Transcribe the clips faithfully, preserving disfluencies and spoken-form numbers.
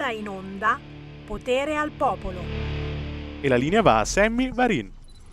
ora in onda Potere al Popolo. E la linea va a Sammy Varin.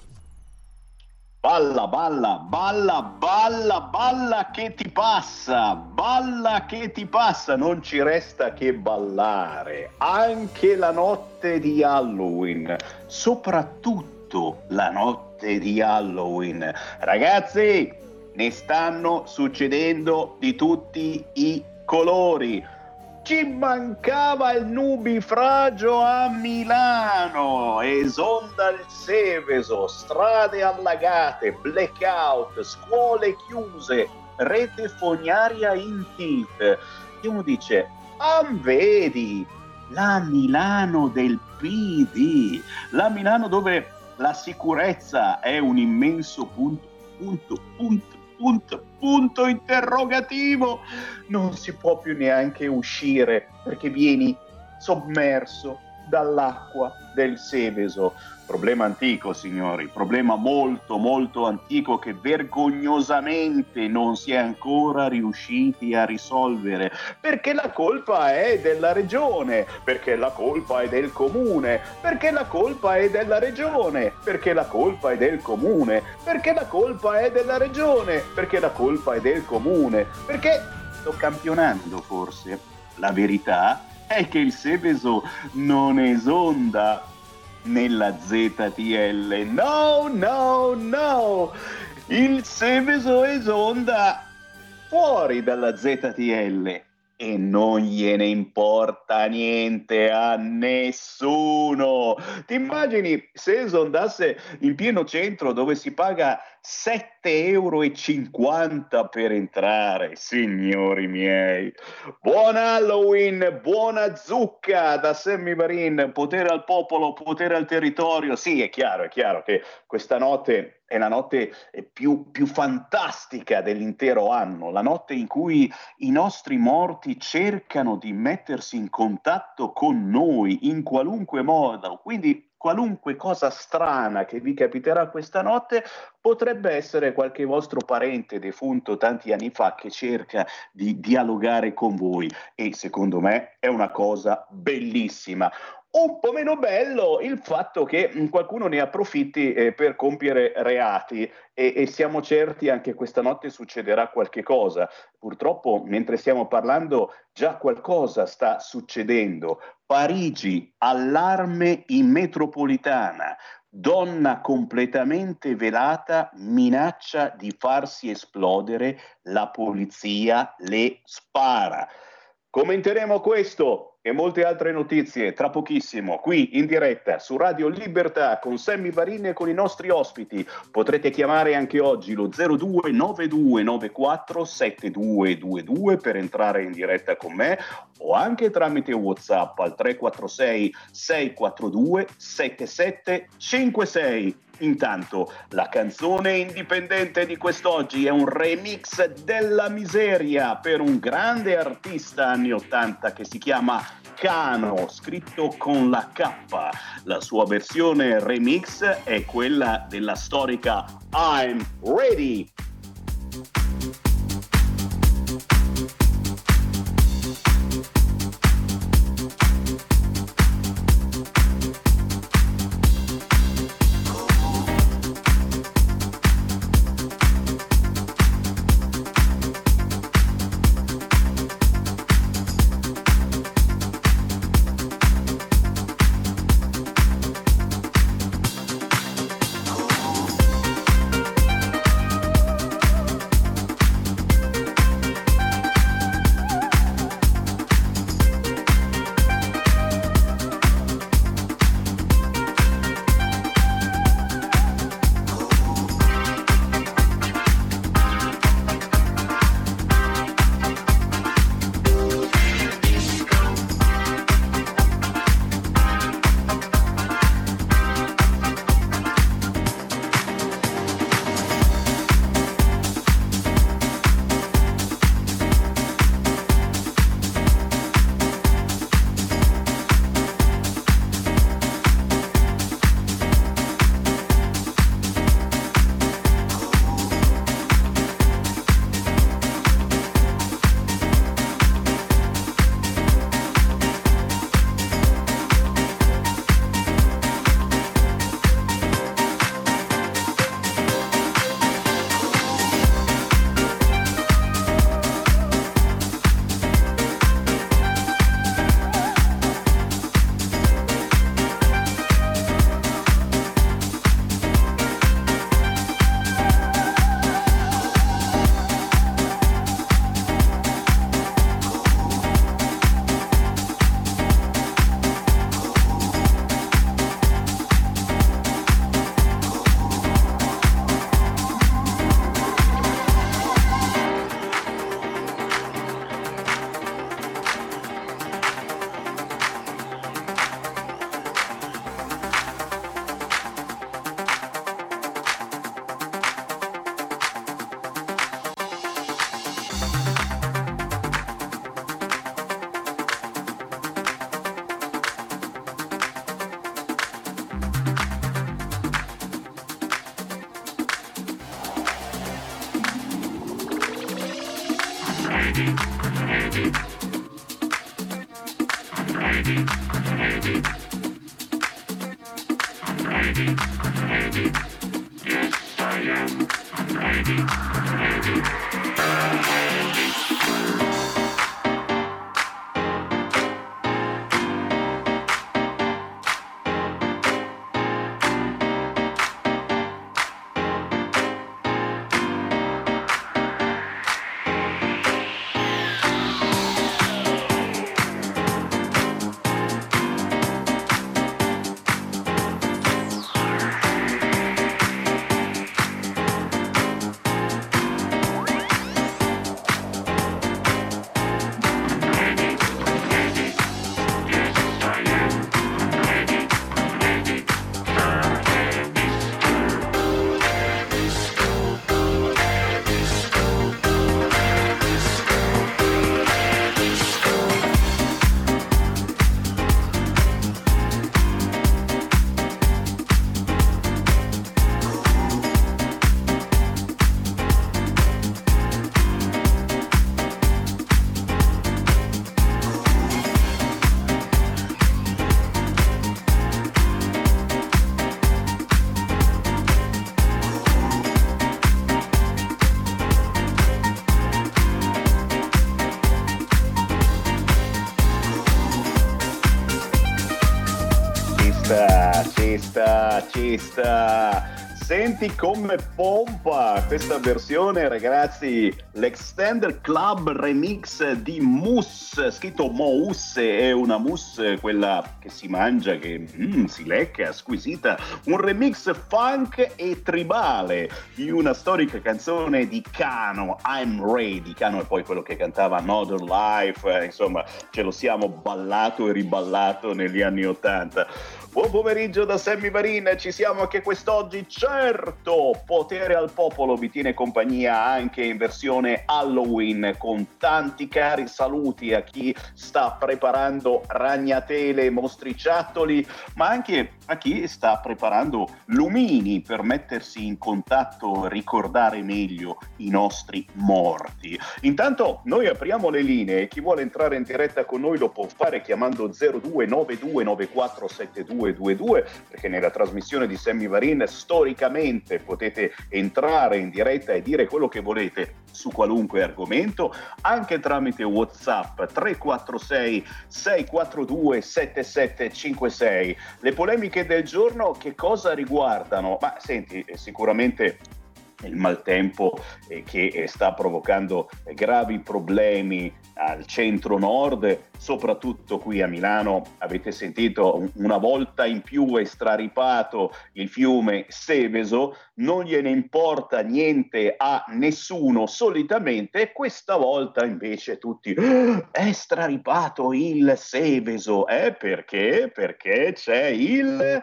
Balla, balla, balla, balla, balla che ti passa, balla che ti passa, non ci resta che ballare, anche la notte di Halloween, soprattutto la notte di Halloween. Ragazzi, ne stanno succedendo di tutti i colori. Ci mancava il nubifragio a Milano, esonda il Seveso, strade allagate, blackout, scuole chiuse, rete fognaria in tilt. E uno dice, ah vedi, la Milano del P D, la Milano dove la sicurezza è un immenso punto, punto, punto, punto, punto interrogativo, non si può più neanche uscire perché vieni sommerso dall'acqua del Seveso. Problema antico, signori, problema molto molto antico che vergognosamente non si è ancora riusciti a risolvere, perché la colpa è della regione, perché la colpa è del comune, perché la colpa è della regione, perché la colpa è del comune, perché la colpa è della regione, perché la colpa è del comune, perché sto campionando forse. La verità è che il Seveso non esonda nella Z T L, no, no, no, il Seveso esonda fuori dalla Z T L e non gliene importa niente a nessuno. Ti immagini se esondasse in pieno centro dove si paga sette euro e cinquanta per entrare, signori miei. Buon Halloween, buona zucca da Sammy Varin, potere al popolo, potere al territorio. Sì, è chiaro, è chiaro che questa notte è la notte più, più fantastica dell'intero anno, la notte in cui i nostri morti cercano di mettersi in contatto con noi in qualunque modo, quindi qualunque cosa strana che vi capiterà questa notte potrebbe essere qualche vostro parente defunto tanti anni fa che cerca di dialogare con voi e secondo me è una cosa bellissima. Un po' meno bello il fatto che qualcuno ne approfitti eh, per compiere reati e, e siamo certi anche questa notte succederà qualche cosa. Purtroppo mentre stiamo parlando già qualcosa sta succedendo. Parigi, allarme in metropolitana. Donna completamente velata minaccia di farsi esplodere, la polizia le spara. Commenteremo questo e molte altre notizie tra pochissimo qui in diretta su Radio Libertà con Sammy Varin e con i nostri ospiti. Potrete chiamare anche oggi lo zero due nove due nove quattro sette due due due per entrare in diretta con me o anche tramite WhatsApp al tre quattro sei sei quattro due sette sette cinque sei. Intanto la canzone indipendente di quest'oggi è un remix della miseria per un grande artista anni ottanta che si chiama Cano, scritto con la K. La sua versione remix è quella della storica I'm Ready. Ci sta, ci sta. Senti come pompa questa versione, ragazzi, l'Extended Club remix di Mousse, scritto Mousse, è una mousse, quella che si mangia, che mm, si lecca, squisita, un remix funk e tribale di una storica canzone di Kano, I'm Ready. Kano è poi quello che cantava Another Life, eh, insomma, ce lo siamo ballato e riballato negli anni Ottanta. Buon pomeriggio da Sammy Varin, ci siamo anche quest'oggi, certo, Potere al Popolo vi tiene compagnia anche in versione Halloween con tanti cari saluti a chi sta preparando ragnatele, mostriciattoli, ma anche a chi sta preparando lumini per mettersi in contatto, ricordare meglio i nostri morti. Intanto noi apriamo le linee, chi vuole entrare in diretta con noi lo può fare chiamando zero due nove due nove quattro sette due due due, perché nella trasmissione di Sammy Varin storicamente potete entrare in diretta e dire quello che volete su qualunque argomento, anche tramite WhatsApp tre quattro sei sei quattro due sette sette cinque sei. Le polemiche del giorno che cosa riguardano? Ma senti, sicuramente il maltempo eh, che eh, sta provocando eh, gravi problemi al centro-nord, soprattutto qui a Milano. Avete sentito, un- una volta in più è straripato il fiume Seveso, non gliene importa niente a nessuno solitamente, e questa volta invece tutti "Ah, è straripato il Seveso", eh perché? Perché c'è il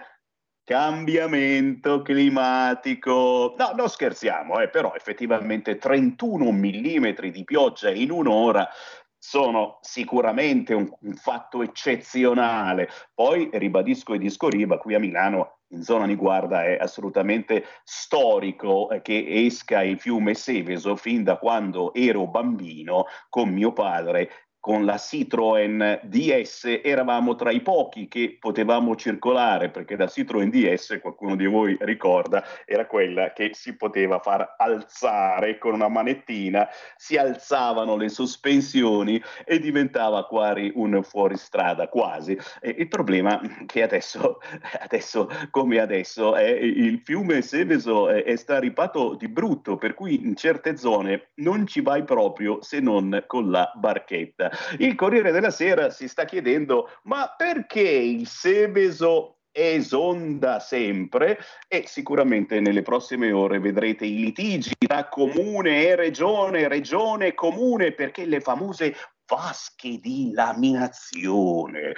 cambiamento climatico. No, non scherziamo, eh, però effettivamente trentuno millimetri di pioggia in un'ora sono sicuramente un, un fatto eccezionale. Poi ribadisco e discoriba, qui a Milano, in zona Niguarda, è assolutamente storico eh, che esca il fiume Seveso fin da quando ero bambino con mio padre. Con la Citroen D S eravamo tra i pochi che potevamo circolare, perché la Citroen D S, qualcuno di voi ricorda, era quella che si poteva far alzare con una manettina, si alzavano le sospensioni e diventava quasi un fuoristrada, quasi. E il problema è che adesso, adesso come adesso, è il fiume Seveso è, è straripato di brutto, per cui in certe zone non ci vai proprio se non con la barchetta. Il Corriere della Sera si sta chiedendo: ma perché il Seveso esonda sempre? E sicuramente nelle prossime ore vedrete i litigi tra comune e regione, regione e comune, perché le famose vasche di laminazione,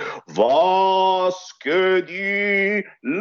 vasche di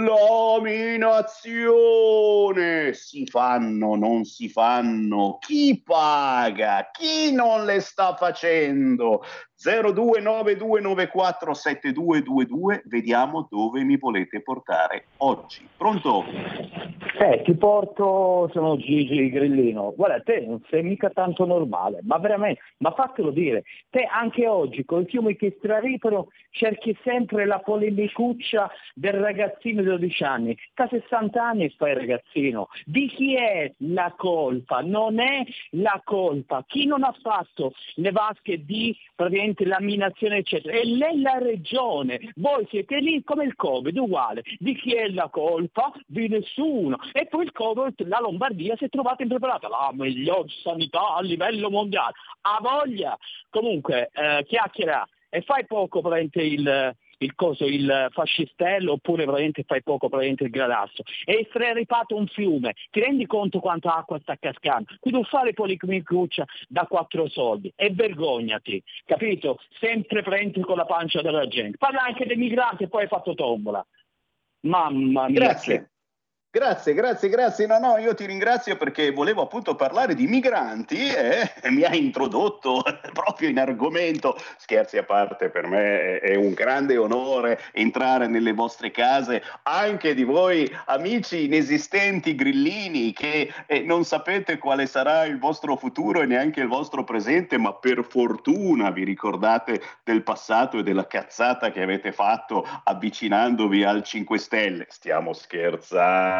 laminazione si fanno, non si fanno, chi paga, chi non le sta facendo? zero due nove due nove quattro sette due due due, vediamo dove mi volete portare oggi. Pronto? Eh, ti porto, sono Gigi Grillino. Guarda, te non sei mica tanto normale, ma veramente, ma fatelo dire, te anche oggi con i fiumi che straripano cerchi sempre la polemicuccia del ragazzino di dodici anni. Da sessanta anni fai ragazzino. Di chi è la colpa? Non è la colpa. Chi non ha fatto le vasche di praticamente laminazione eccetera? E lei la regione. Voi siete lì come il Covid, uguale. Di chi è la colpa? Di nessuno. E poi il Covid, la Lombardia si è trovata impreparata, la miglior sanità a livello mondiale. A voglia! Comunque, eh, chiacchiera e fai poco praticamente il, il coso, il fascistello, oppure veramente fai poco praticamente il gradasso. E ripato un fiume, ti rendi conto quanta acqua sta cascando? Quindi non fare polemicuccia da quattro soldi e vergognati, capito? Sempre praticamente con la pancia della gente. Parla anche dei migranti e poi hai fatto tombola. Mamma mia. Grazie. Che... Grazie, grazie, grazie. No, no, io ti ringrazio perché volevo appunto parlare di migranti e mi ha introdotto proprio in argomento. Scherzi a parte, per me è un grande onore entrare nelle vostre case, anche di voi amici inesistenti grillini che eh, non sapete quale sarà il vostro futuro e neanche il vostro presente, ma per fortuna vi ricordate del passato e della cazzata che avete fatto avvicinandovi al cinque Stelle. Stiamo scherzando.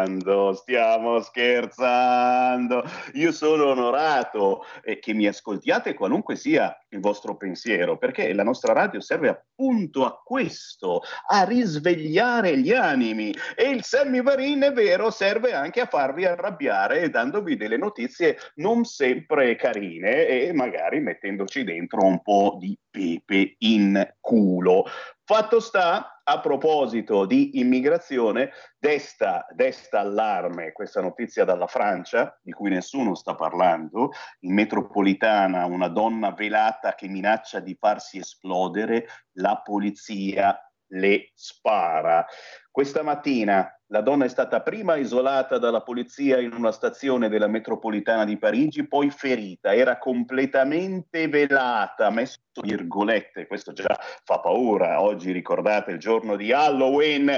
Stiamo scherzando. Io sono onorato eh, che mi ascoltiate qualunque sia il vostro pensiero, perché la nostra radio serve appunto a questo, a risvegliare gli animi. E il Sammy Varin, è vero, serve anche a farvi arrabbiare dandovi delle notizie non sempre carine e magari mettendoci dentro un po' di pepe in culo. Fatto sta, a proposito di immigrazione, desta, desta allarme questa notizia dalla Francia, di cui nessuno sta parlando. In metropolitana una donna velata che minaccia di farsi esplodere, la polizia le spara. Questa mattina la donna è stata prima isolata dalla polizia in una stazione della metropolitana di Parigi, poi ferita, era completamente velata, messo virgolette, questo già fa paura. Oggi ricordate il giorno di Halloween,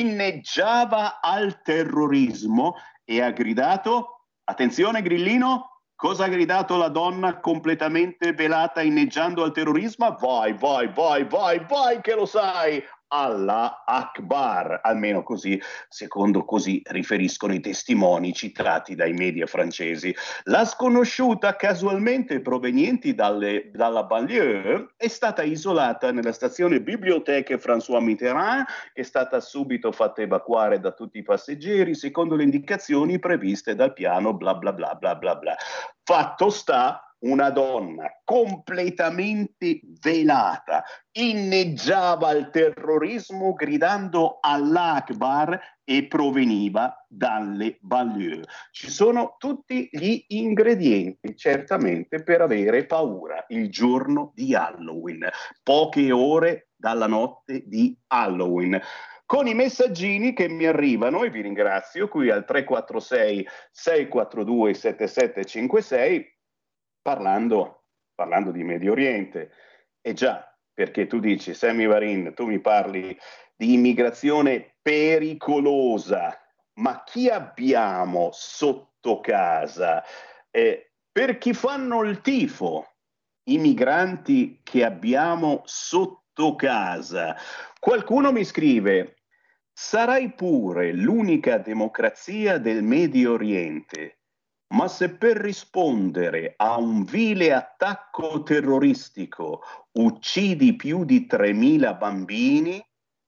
inneggiava al terrorismo e ha gridato, attenzione Grillino, cosa ha gridato la donna completamente velata inneggiando al terrorismo? Vai, vai, vai, vai, vai che lo sai! Allah Akbar, almeno così, secondo così riferiscono i testimoni citati dai media francesi. La sconosciuta, casualmente provenienti dalle, dalla banlieue, è stata isolata nella stazione Bibliothèque François Mitterrand, è stata subito fatta evacuare da tutti i passeggeri secondo le indicazioni previste dal piano bla bla bla bla bla bla. Fatto sta, una donna completamente velata inneggiava al terrorismo gridando Allah Akbar e proveniva dalle banlieue. Ci sono tutti gli ingredienti certamente per avere paura il giorno di Halloween, poche ore dalla notte di Halloween. Con i messaggini che mi arrivano, e vi ringrazio, qui al tre quattro sei sei quattro due sette sette cinque sei, Parlando, parlando di Medio Oriente. E già, perché tu dici, Sammy Varin, tu mi parli di immigrazione pericolosa, ma chi abbiamo sotto casa? Eh, per chi fanno il tifo, i migranti che abbiamo sotto casa. Qualcuno mi scrive, sarai pure l'unica democrazia del Medio Oriente. Ma se per rispondere a un vile attacco terroristico uccidi più di tremila bambini,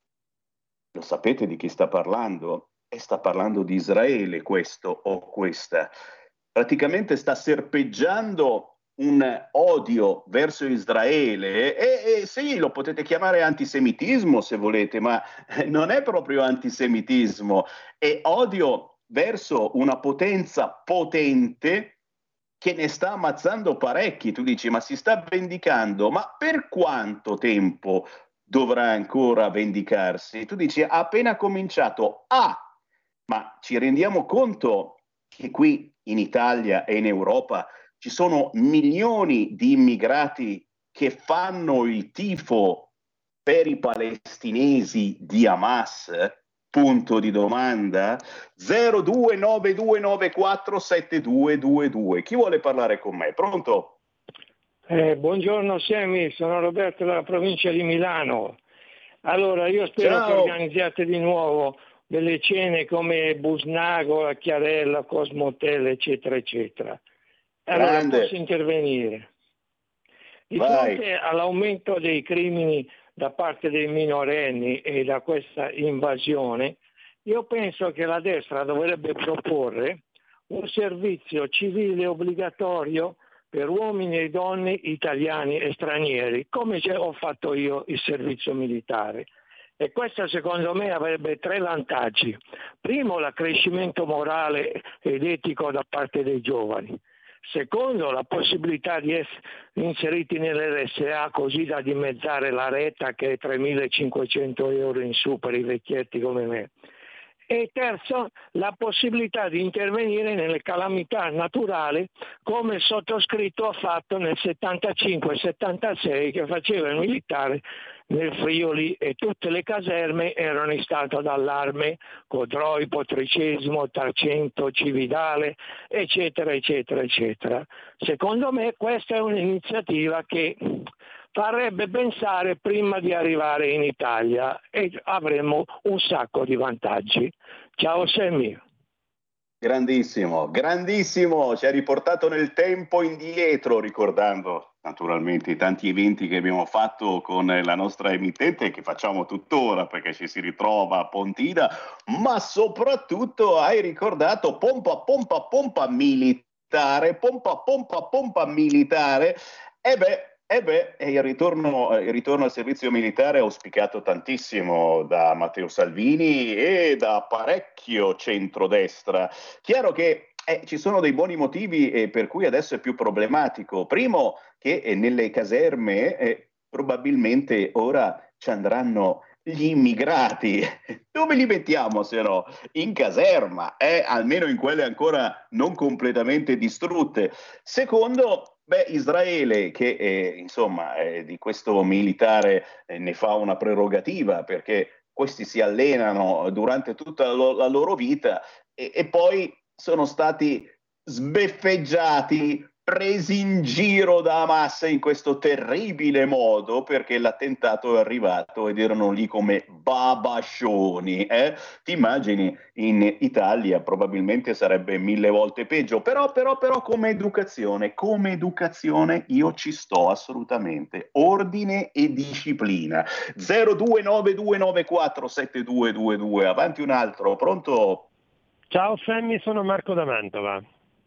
lo sapete di chi sta parlando? E sta parlando di Israele questo o questa. Praticamente sta serpeggiando un odio verso Israele e, e sì, lo potete chiamare antisemitismo se volete, ma non è proprio antisemitismo, è odio verso una potenza potente che ne sta ammazzando parecchi. Tu dici, ma si sta vendicando? Ma per quanto tempo dovrà ancora vendicarsi? Tu dici, ha appena cominciato. Ah, ma ci rendiamo conto che qui in Italia e in Europa ci sono milioni di immigrati che fanno il tifo per i palestinesi di Hamas? Punto di domanda. Zero due nove due nove quattro sette due due due. Chi vuole parlare con me? Pronto? Eh, buongiorno Semi, sono Roberto dalla provincia di Milano. Allora io spero Ciao. che organizziate di nuovo delle cene come Busnago, la Chiarella, Cosmotel, eccetera, eccetera. Allora Grande. posso intervenire. Di Vai. fronte all'aumento dei crimini da parte dei minorenni e da questa invasione, io penso che la destra dovrebbe proporre un servizio civile obbligatorio per uomini e donne italiani e stranieri, come ho fatto io il servizio militare. E questo secondo me avrebbe tre vantaggi. Primo, l'accrescimento morale ed etico da parte dei giovani. Secondo, la possibilità di essere inseriti nell'R S A così da dimezzare la retta, che è tremilacinquecento euro in su per i vecchietti come me. E terzo, la possibilità di intervenire nelle calamità naturali come il sottoscritto ha fatto nel settantacinque settantasei, che faceva il militare nel Friuli e tutte le caserme erano in stato d'allarme, Codroipo, Tricesimo, Tarcento, Cividale, eccetera, eccetera, eccetera. Secondo me questa è un'iniziativa che farebbe pensare prima di arrivare in Italia e avremmo un sacco di vantaggi. Ciao Semmi. Grandissimo, grandissimo, ci ha riportato nel tempo indietro, ricordando naturalmente i tanti eventi che abbiamo fatto con la nostra emittente e che facciamo tuttora perché ci si ritrova a Pontina, ma soprattutto hai ricordato pompa, pompa, pompa militare, pompa, pompa, pompa militare, e beh, Eh beh, il ritorno, il ritorno al servizio militare è auspicato tantissimo da Matteo Salvini e da parecchio centrodestra. Chiaro che eh, ci sono dei buoni motivi eh, per cui adesso è più problematico. Primo, che eh, nelle caserme eh, probabilmente ora ci andranno gli immigrati. Dove li mettiamo se no? In caserma, eh? Almeno in quelle ancora non completamente distrutte. Secondo, beh, Israele, che eh, insomma eh, di questo militare eh, ne fa una prerogativa, perché questi si allenano durante tutta la, lo- la loro vita e, e poi sono stati sbeffeggiati, presi in giro da Hamas in questo terribile modo, perché l'attentato è arrivato ed erano lì come babascioni. Eh? Ti immagini in Italia probabilmente sarebbe mille volte peggio, però, però, però come educazione, come educazione io ci sto assolutamente. Ordine e disciplina. zero due nove due nove quattro sette due due due, avanti un altro, pronto? Ciao Sammy, sono Marco da Mantova.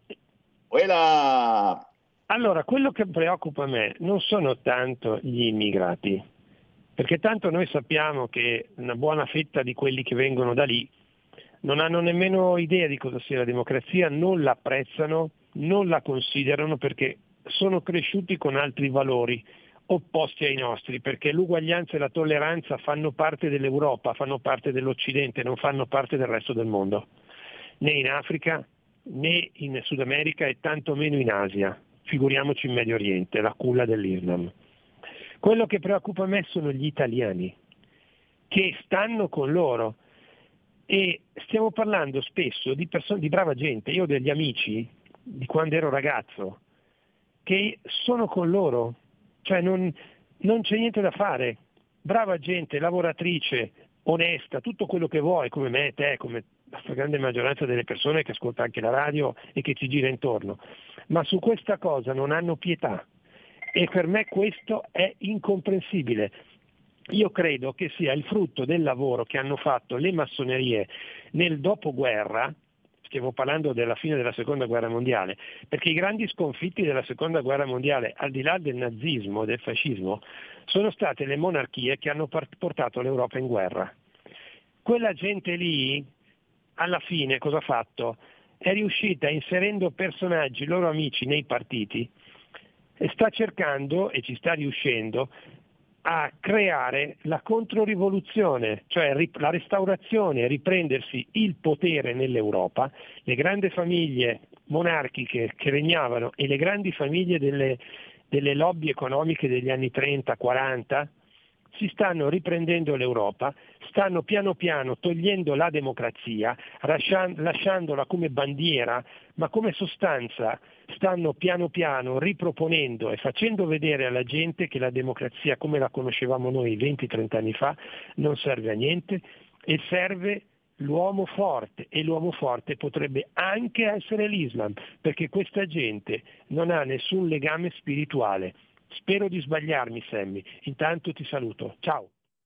Quella... Allora, quello che preoccupa me non sono tanto gli immigrati, perché tanto noi sappiamo che una buona fetta di quelli che vengono da lì non hanno nemmeno idea di cosa sia la democrazia, non la apprezzano, non la considerano perché sono cresciuti con altri valori opposti ai nostri, perché l'uguaglianza e la tolleranza fanno parte dell'Europa, fanno parte dell'Occidente, non fanno parte del resto del mondo, né in Africa, né in Sud America e tanto meno in Asia, figuriamoci in Medio Oriente, la culla dell'Islam. Quello che preoccupa me sono gli italiani, che stanno con loro, e stiamo parlando spesso di persone, di brava gente. Io ho degli amici di quando ero ragazzo che sono con loro, cioè non, non c'è niente da fare, brava gente, lavoratrice, onesta, tutto quello che vuoi, come me, te, come la grande maggioranza delle persone che ascolta anche la radio e che ci gira intorno, ma su questa cosa non hanno pietà e per me questo è incomprensibile. Io credo che sia il frutto del lavoro che hanno fatto le massonerie nel dopoguerra, stiamo parlando della fine della seconda guerra mondiale, perché i grandi sconfitti della seconda guerra mondiale, al di là del nazismo e del fascismo, sono state le monarchie che hanno portato l'Europa in guerra. Quella gente lì, alla fine, cosa ha fatto? È riuscita, inserendo personaggi, loro amici, nei partiti, e sta cercando, e ci sta riuscendo, a creare la controrivoluzione, cioè la restaurazione, riprendersi il potere nell'Europa, le grandi famiglie monarchiche che regnavano e le grandi famiglie delle, delle lobby economiche degli anni trenta quaranta, si stanno riprendendo l'Europa, stanno piano piano togliendo la democrazia, lasciandola come bandiera, ma come sostanza stanno piano piano riproponendo e facendo vedere alla gente che la democrazia come la conoscevamo noi venti trenta anni fa non serve a niente e serve l'uomo forte, e l'uomo forte potrebbe anche essere l'Islam, perché questa gente non ha nessun legame spirituale. Spero di sbagliarmi, Sammy. Intanto ti saluto. Ciao.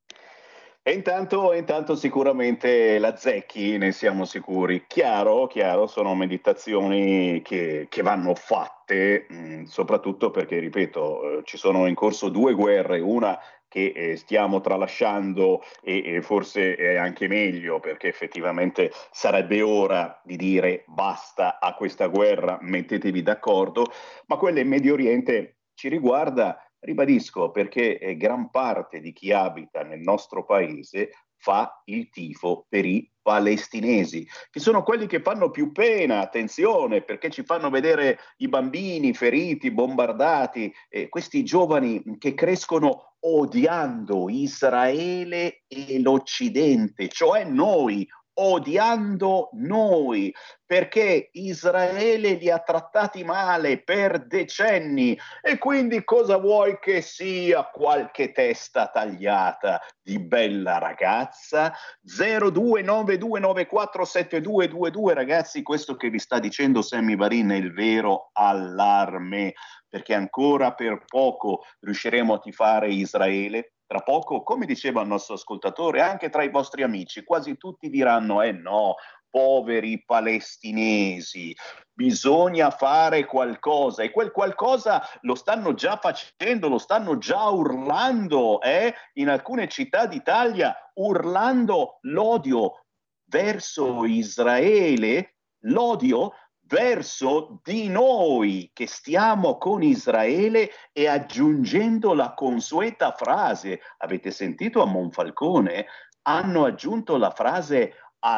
E intanto, intanto sicuramente la zecchi, ne siamo sicuri. Chiaro, chiaro, sono meditazioni che, che vanno fatte, mh, soprattutto perché, ripeto, eh, ci sono in corso due guerre, una che eh, stiamo tralasciando e, e forse è anche meglio, perché effettivamente sarebbe ora di dire basta a questa guerra, mettetevi d'accordo, ma quella in Medio Oriente ci riguarda. Ribadisco, perché eh, gran parte di chi abita nel nostro paese fa il tifo per i palestinesi, che sono quelli che fanno più pena, attenzione, perché ci fanno vedere i bambini feriti, bombardati, eh, questi giovani che crescono odiando Israele e l'Occidente, cioè noi, odiando noi, perché Israele li ha trattati male per decenni e quindi cosa vuoi che sia qualche testa tagliata di bella ragazza? zero due nove due nove quattro sette due due due, ragazzi, questo che vi sta dicendo Sammy Varin è il vero allarme, perché ancora per poco riusciremo a tifare Israele. Tra poco, come diceva il nostro ascoltatore, anche tra i vostri amici, quasi tutti diranno, eh no, poveri palestinesi, bisogna fare qualcosa, e quel qualcosa lo stanno già facendo, lo stanno già urlando, eh? In alcune città d'Italia, urlando l'odio verso Israele, l'odio verso di noi che stiamo con Israele, e aggiungendo la consueta frase, avete sentito a Monfalcone? Hanno aggiunto la frase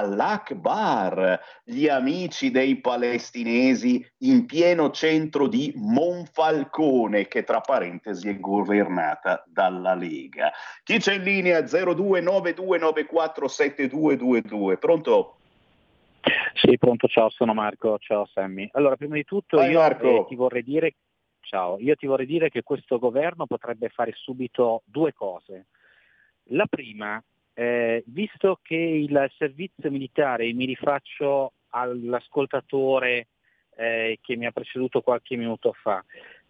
All'Akbar, gli amici dei palestinesi in pieno centro di Monfalcone, che tra parentesi è governata dalla Lega. Chi c'è in linea? zero due nove due nove quattro sette due due due. Pronto? Sì, pronto, ciao, sono Marco, ciao Sammy. Allora, prima di tutto Vai, io Marco. eh, ti vorrei dire, ciao, io ti vorrei dire che questo governo potrebbe fare subito due cose. La prima, eh, visto che il servizio militare, mi rifaccio all'ascoltatore eh, che mi ha preceduto qualche minuto fa,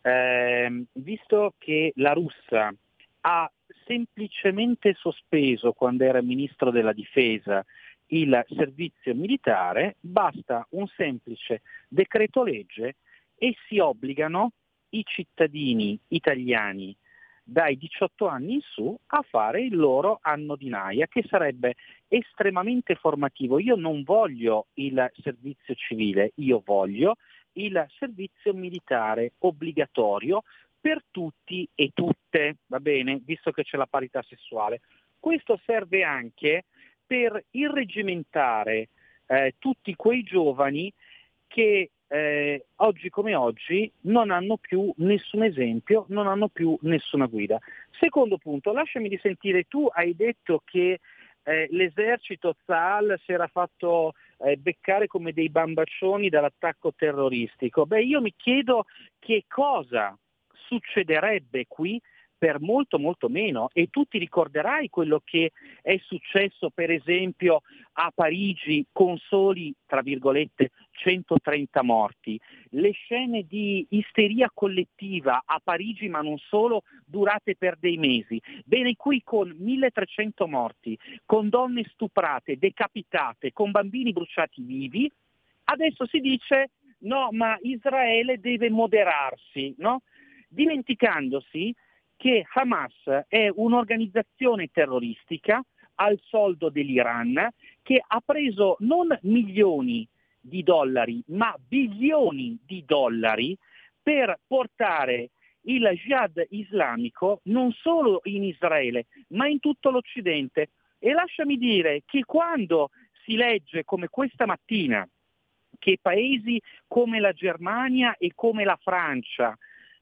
eh, visto che la Russia ha semplicemente sospeso, quando era ministro della difesa, il servizio militare, basta un semplice decreto legge e si obbligano i cittadini italiani dai diciotto anni in su a fare il loro anno di naia, che sarebbe estremamente formativo. Io non voglio il servizio civile, io voglio il servizio militare obbligatorio per tutti e tutte, va bene, visto che c'è la parità sessuale. Questo serve anche per irreggimentare eh, tutti quei giovani che eh, oggi come oggi non hanno più nessun esempio, non hanno più nessuna guida. Secondo punto, lasciami di sentire, tu hai detto che eh, l'esercito Tzal si era fatto eh, beccare come dei bambaccioni dall'attacco terroristico. Beh, io mi chiedo che cosa succederebbe qui per molto molto meno, e tu ti ricorderai quello che è successo per esempio a Parigi con soli, tra virgolette, centotrenta morti, le scene di isteria collettiva a Parigi, ma non solo, durate per dei mesi. Bene, qui con milletrecento morti, con donne stuprate, decapitate, con bambini bruciati vivi, adesso si dice no, ma Israele deve moderarsi, no? Dimenticandosi che Hamas è un'organizzazione terroristica al soldo dell'Iran, che ha preso non milioni di dollari ma bilioni di dollari per portare il jihad islamico non solo in Israele ma in tutto l'Occidente. E lasciami dire che quando si legge, come questa mattina, che paesi come la Germania e come la Francia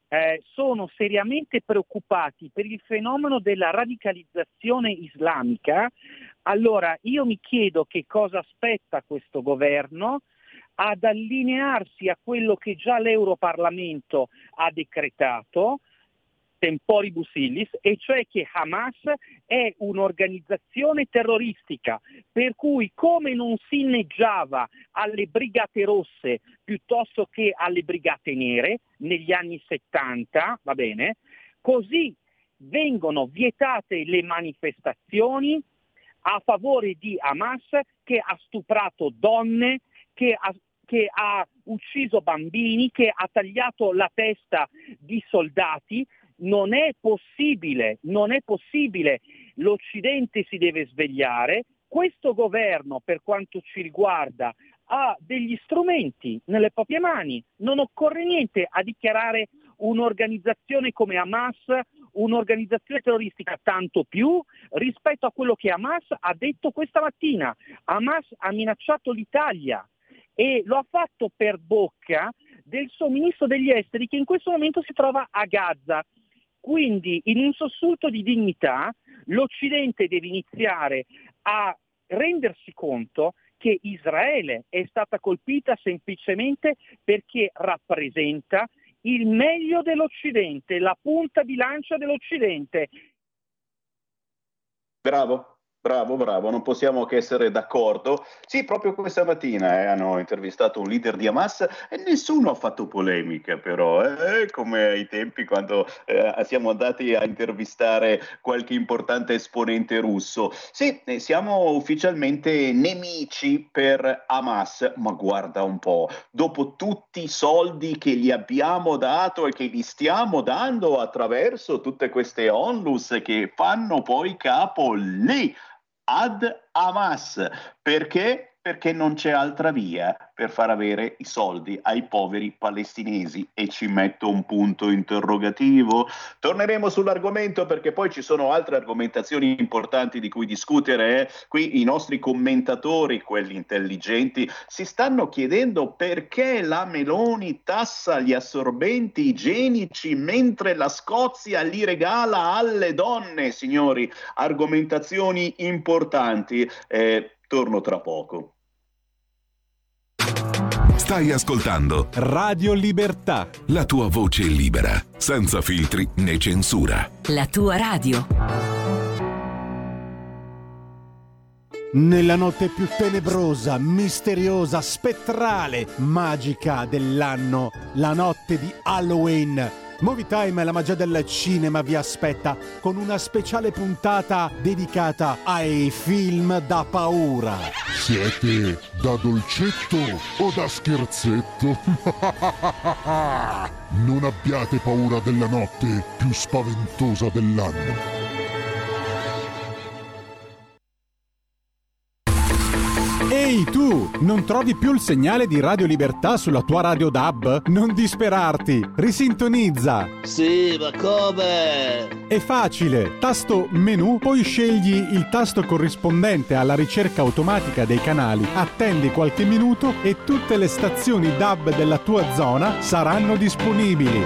eh, sono seriamente preoccupati per il fenomeno della radicalizzazione islamica, allora io mi chiedo che cosa aspetta questo governo ad allinearsi a quello che già l'Europarlamento ha decretato, temporibus illis, e cioè che Hamas è un'organizzazione terroristica, per cui come non si inneggiava alle brigate rosse piuttosto che alle brigate nere negli anni settanta, va bene, così vengono vietate le manifestazioni a favore di Hamas, che ha stuprato donne, che ha che ha ucciso bambini, che ha tagliato la testa di soldati. Non è possibile, non è possibile. L'Occidente si deve svegliare. Questo governo, per quanto ci riguarda, ha degli strumenti nelle proprie mani. Non occorre niente a dichiarare un'organizzazione come Hamas un'organizzazione terroristica, tanto più rispetto a quello che Hamas ha detto questa mattina. Hamas ha minacciato l'Italia e lo ha fatto per bocca del suo ministro degli esteri, che in questo momento si trova a Gaza. Quindi, in un sussulto di dignità, l'Occidente deve iniziare a rendersi conto che Israele è stata colpita semplicemente perché rappresenta il meglio dell'Occidente, la punta di lancia dell'Occidente. Bravo. Bravo, bravo, non possiamo che essere d'accordo. Sì, proprio questa mattina eh, hanno intervistato un leader di Hamas e nessuno ha fatto polemica, però, eh, come ai tempi quando eh, siamo andati a intervistare qualche importante esponente russo. Sì, eh, siamo ufficialmente nemici per Hamas, ma guarda un po', dopo tutti i soldi che gli abbiamo dato e che gli stiamo dando attraverso tutte queste onlus che fanno poi capo lì ad Hamas, perché? Perché non c'è altra via per far avere i soldi ai poveri palestinesi, e ci metto un punto interrogativo. Torneremo sull'argomento perché poi ci sono altre argomentazioni importanti di cui discutere. Eh. Qui i nostri commentatori, quelli intelligenti, si stanno chiedendo perché la Meloni tassa gli assorbenti igienici mentre la Scozia li regala alle donne, signori. Argomentazioni importanti. Eh, torno tra poco. Stai ascoltando Radio Libertà, la tua voce libera, senza filtri né censura. La tua radio. Nella notte più tenebrosa, misteriosa, spettrale, magica dell'anno, la notte di Halloween, Movie Time, la magia del cinema, vi aspetta con una speciale puntata dedicata ai film da paura. Siete da dolcetto o da scherzetto? Non abbiate paura della notte più spaventosa dell'anno. Ehi tu, non trovi più il segnale di Radio Libertà sulla tua radio D A B? Non disperarti, risintonizza! Sì, ma come? È facile, tasto menu, poi scegli il tasto corrispondente alla ricerca automatica dei canali, attendi qualche minuto e tutte le stazioni D A B della tua zona saranno disponibili.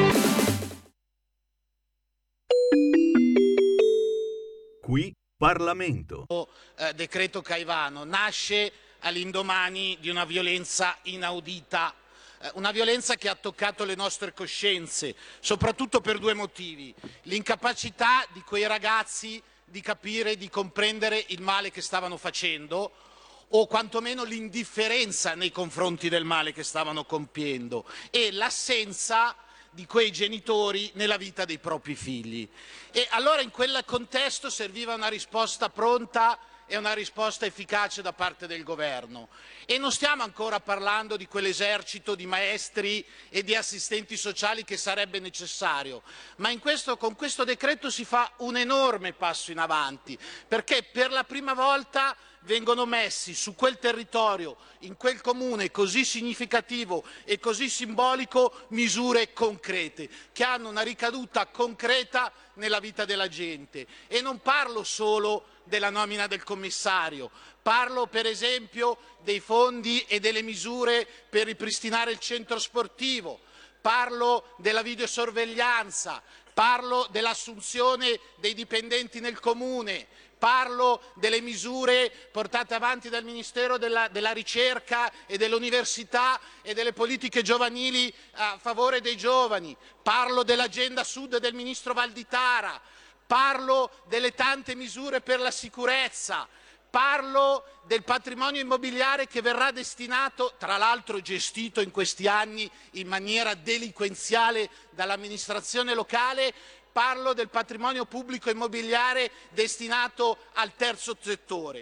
Qui Parlamento. Eh, decreto Caivano nasce all'indomani di una violenza inaudita, eh, una violenza che ha toccato le nostre coscienze, soprattutto per due motivi: l'incapacità di quei ragazzi di capire e di comprendere il male che stavano facendo, o quantomeno l'indifferenza nei confronti del male che stavano compiendo, e l'assenza di quei genitori nella vita dei propri figli. E allora in quel contesto serviva una risposta pronta e una risposta efficace da parte del governo. E non stiamo ancora parlando di quell'esercito di maestri e di assistenti sociali che sarebbe necessario, ma in questo, con questo decreto si fa un enorme passo in avanti, perché per la prima volta vengono messi su quel territorio, in quel comune così significativo e così simbolico, misure concrete che hanno una ricaduta concreta nella vita della gente. E non parlo solo della nomina del commissario, parlo per esempio dei fondi e delle misure per ripristinare il centro sportivo, parlo della videosorveglianza, parlo dell'assunzione dei dipendenti nel comune, parlo delle misure portate avanti dal Ministero della, della Ricerca e dell'Università e delle politiche giovanili a favore dei giovani, parlo dell'agenda sud del Ministro Valditara, parlo delle tante misure per la sicurezza, parlo del patrimonio immobiliare che verrà destinato, tra l'altro gestito in questi anni in maniera delinquenziale dall'amministrazione locale, parlo del patrimonio pubblico immobiliare destinato al terzo settore.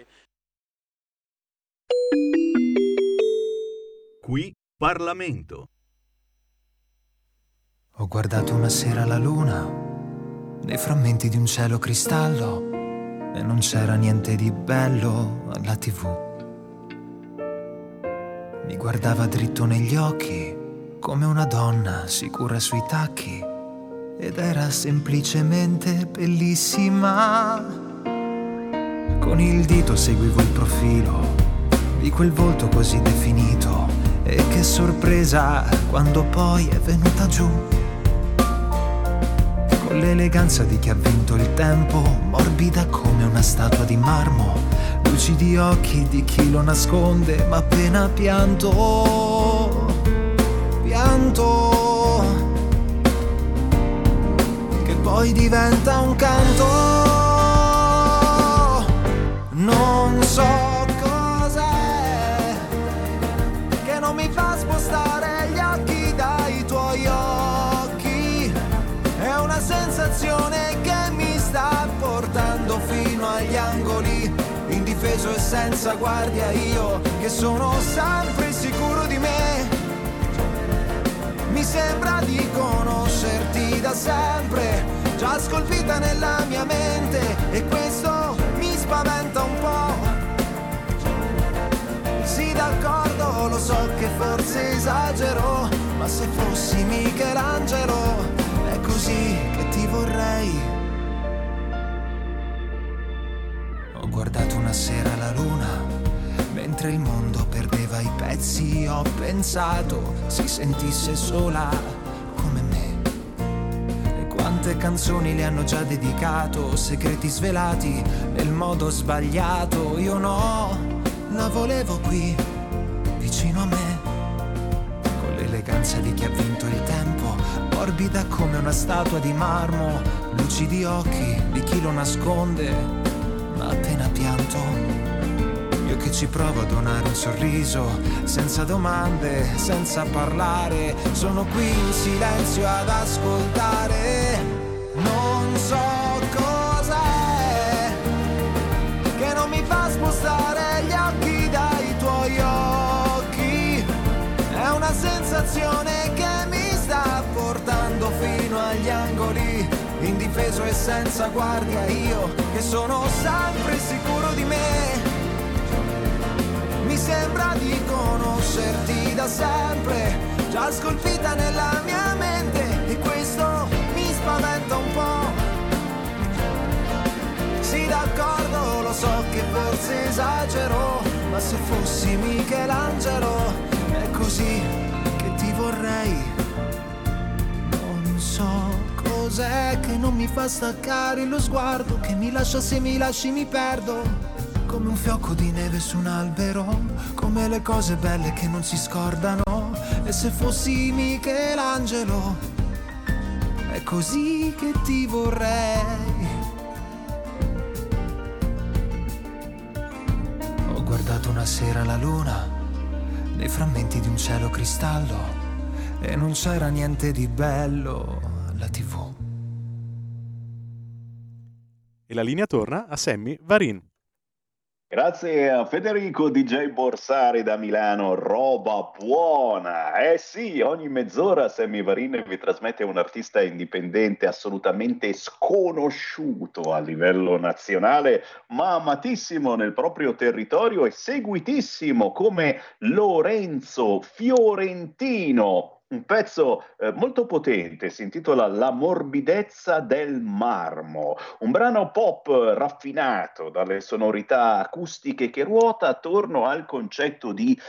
Qui Parlamento. Ho guardato una sera la luna nei frammenti di un cielo cristallo e non c'era niente di bello alla tivù. Mi guardava dritto negli occhi come una donna sicura sui tacchi ed era semplicemente bellissima. Con il dito seguivo il profilo di quel volto così definito e che sorpresa quando poi è venuta giù. Con l'eleganza di chi ha vinto il tempo, morbida come una statua di marmo, lucidi occhi di chi lo nasconde, ma appena pianto, pianto, che poi diventa un canto. Non so cos'è che non mi fa spostare gli occhi dai tuoi occhi. È una sensazione che mi sta portando fino agli angoli, indifeso e senza guardia io, che sono sempre sicuro di me. Mi sembra di conoscerti da sempre, già scolpita nella mia mente, e questo mi spaventa un po'. Sì, d'accordo, lo so che forse esagero, ma se fossi Michelangelo è così che ti vorrei. Ho guardato una sera la luna mentre il mondo perdeva i pezzi, ho pensato si sentisse sola come me. E quante canzoni le hanno già dedicato, segreti svelati nel modo sbagliato. Io no, la volevo qui vicino a me, con l'eleganza di chi ha vinto il tempo, morbida come una statua di marmo, lucidi occhi di chi lo nasconde, ma appena pianto. Io che ci provo a donare un sorriso, senza domande, senza parlare, sono qui in silenzio ad ascoltare. Non so cos'è che non mi fa spostare gli occhi dai tuoi occhi. È una sensazione che mi sta portando fino agli angoli, indifeso e senza guardia io, che sono sempre sicuro di me. Mi sembra di conoscerti da sempre, già scolpita nella mia mente, e questo mi spaventa un po'. Sì, d'accordo, lo so che forse esagero, ma se fossi Michelangelo è così che ti vorrei. Non so cos'è che non mi fa staccare lo sguardo, che mi lascia, se mi lasci mi perdo, come un fiocco di neve su un albero, come le cose belle che non si scordano. E se fossi Michelangelo è così che ti vorrei. Ho guardato una sera la luna nei frammenti di un cielo cristallo e non c'era niente di bello alla tivù. E la linea torna a Sammy Varin. Grazie a Federico D J Borsari da Milano, roba buona. Eh sì, ogni mezz'ora Sammy Varin vi trasmette un artista indipendente assolutamente sconosciuto a livello nazionale, ma amatissimo nel proprio territorio e seguitissimo, come Lorenzo Fiorentino. un pezzo eh, molto potente, si intitola La morbidezza del marmo, un brano pop raffinato dalle sonorità acustiche che ruota attorno al concetto di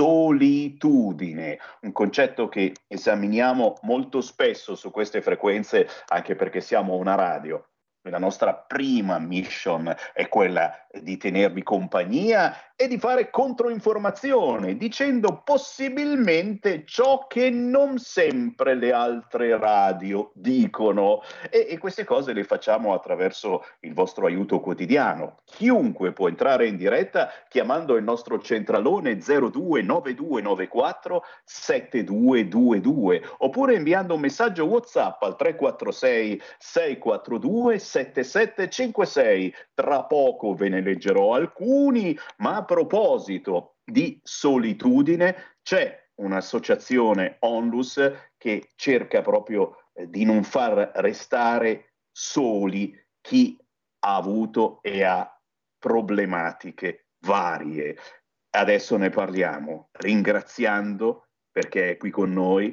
solitudine, un concetto che esaminiamo molto spesso su queste frequenze, anche perché siamo una radio. La nostra prima mission è quella di tenervi compagnia e di fare controinformazione, dicendo possibilmente ciò che non sempre le altre radio dicono. E, e queste cose le facciamo attraverso il vostro aiuto quotidiano. Chiunque può entrare in diretta chiamando il nostro centralone zero due nove due nove quattro sette due due due oppure inviando un messaggio WhatsApp al tre quattro sei sei quattro due sette sette cinque sei. Tra poco ve ne leggerò alcuni, ma a proposito di solitudine c'è un'associazione Onlus che cerca proprio eh, di non far restare soli chi ha avuto e ha problematiche varie. Adesso ne parliamo, ringraziando, perché è qui con noi,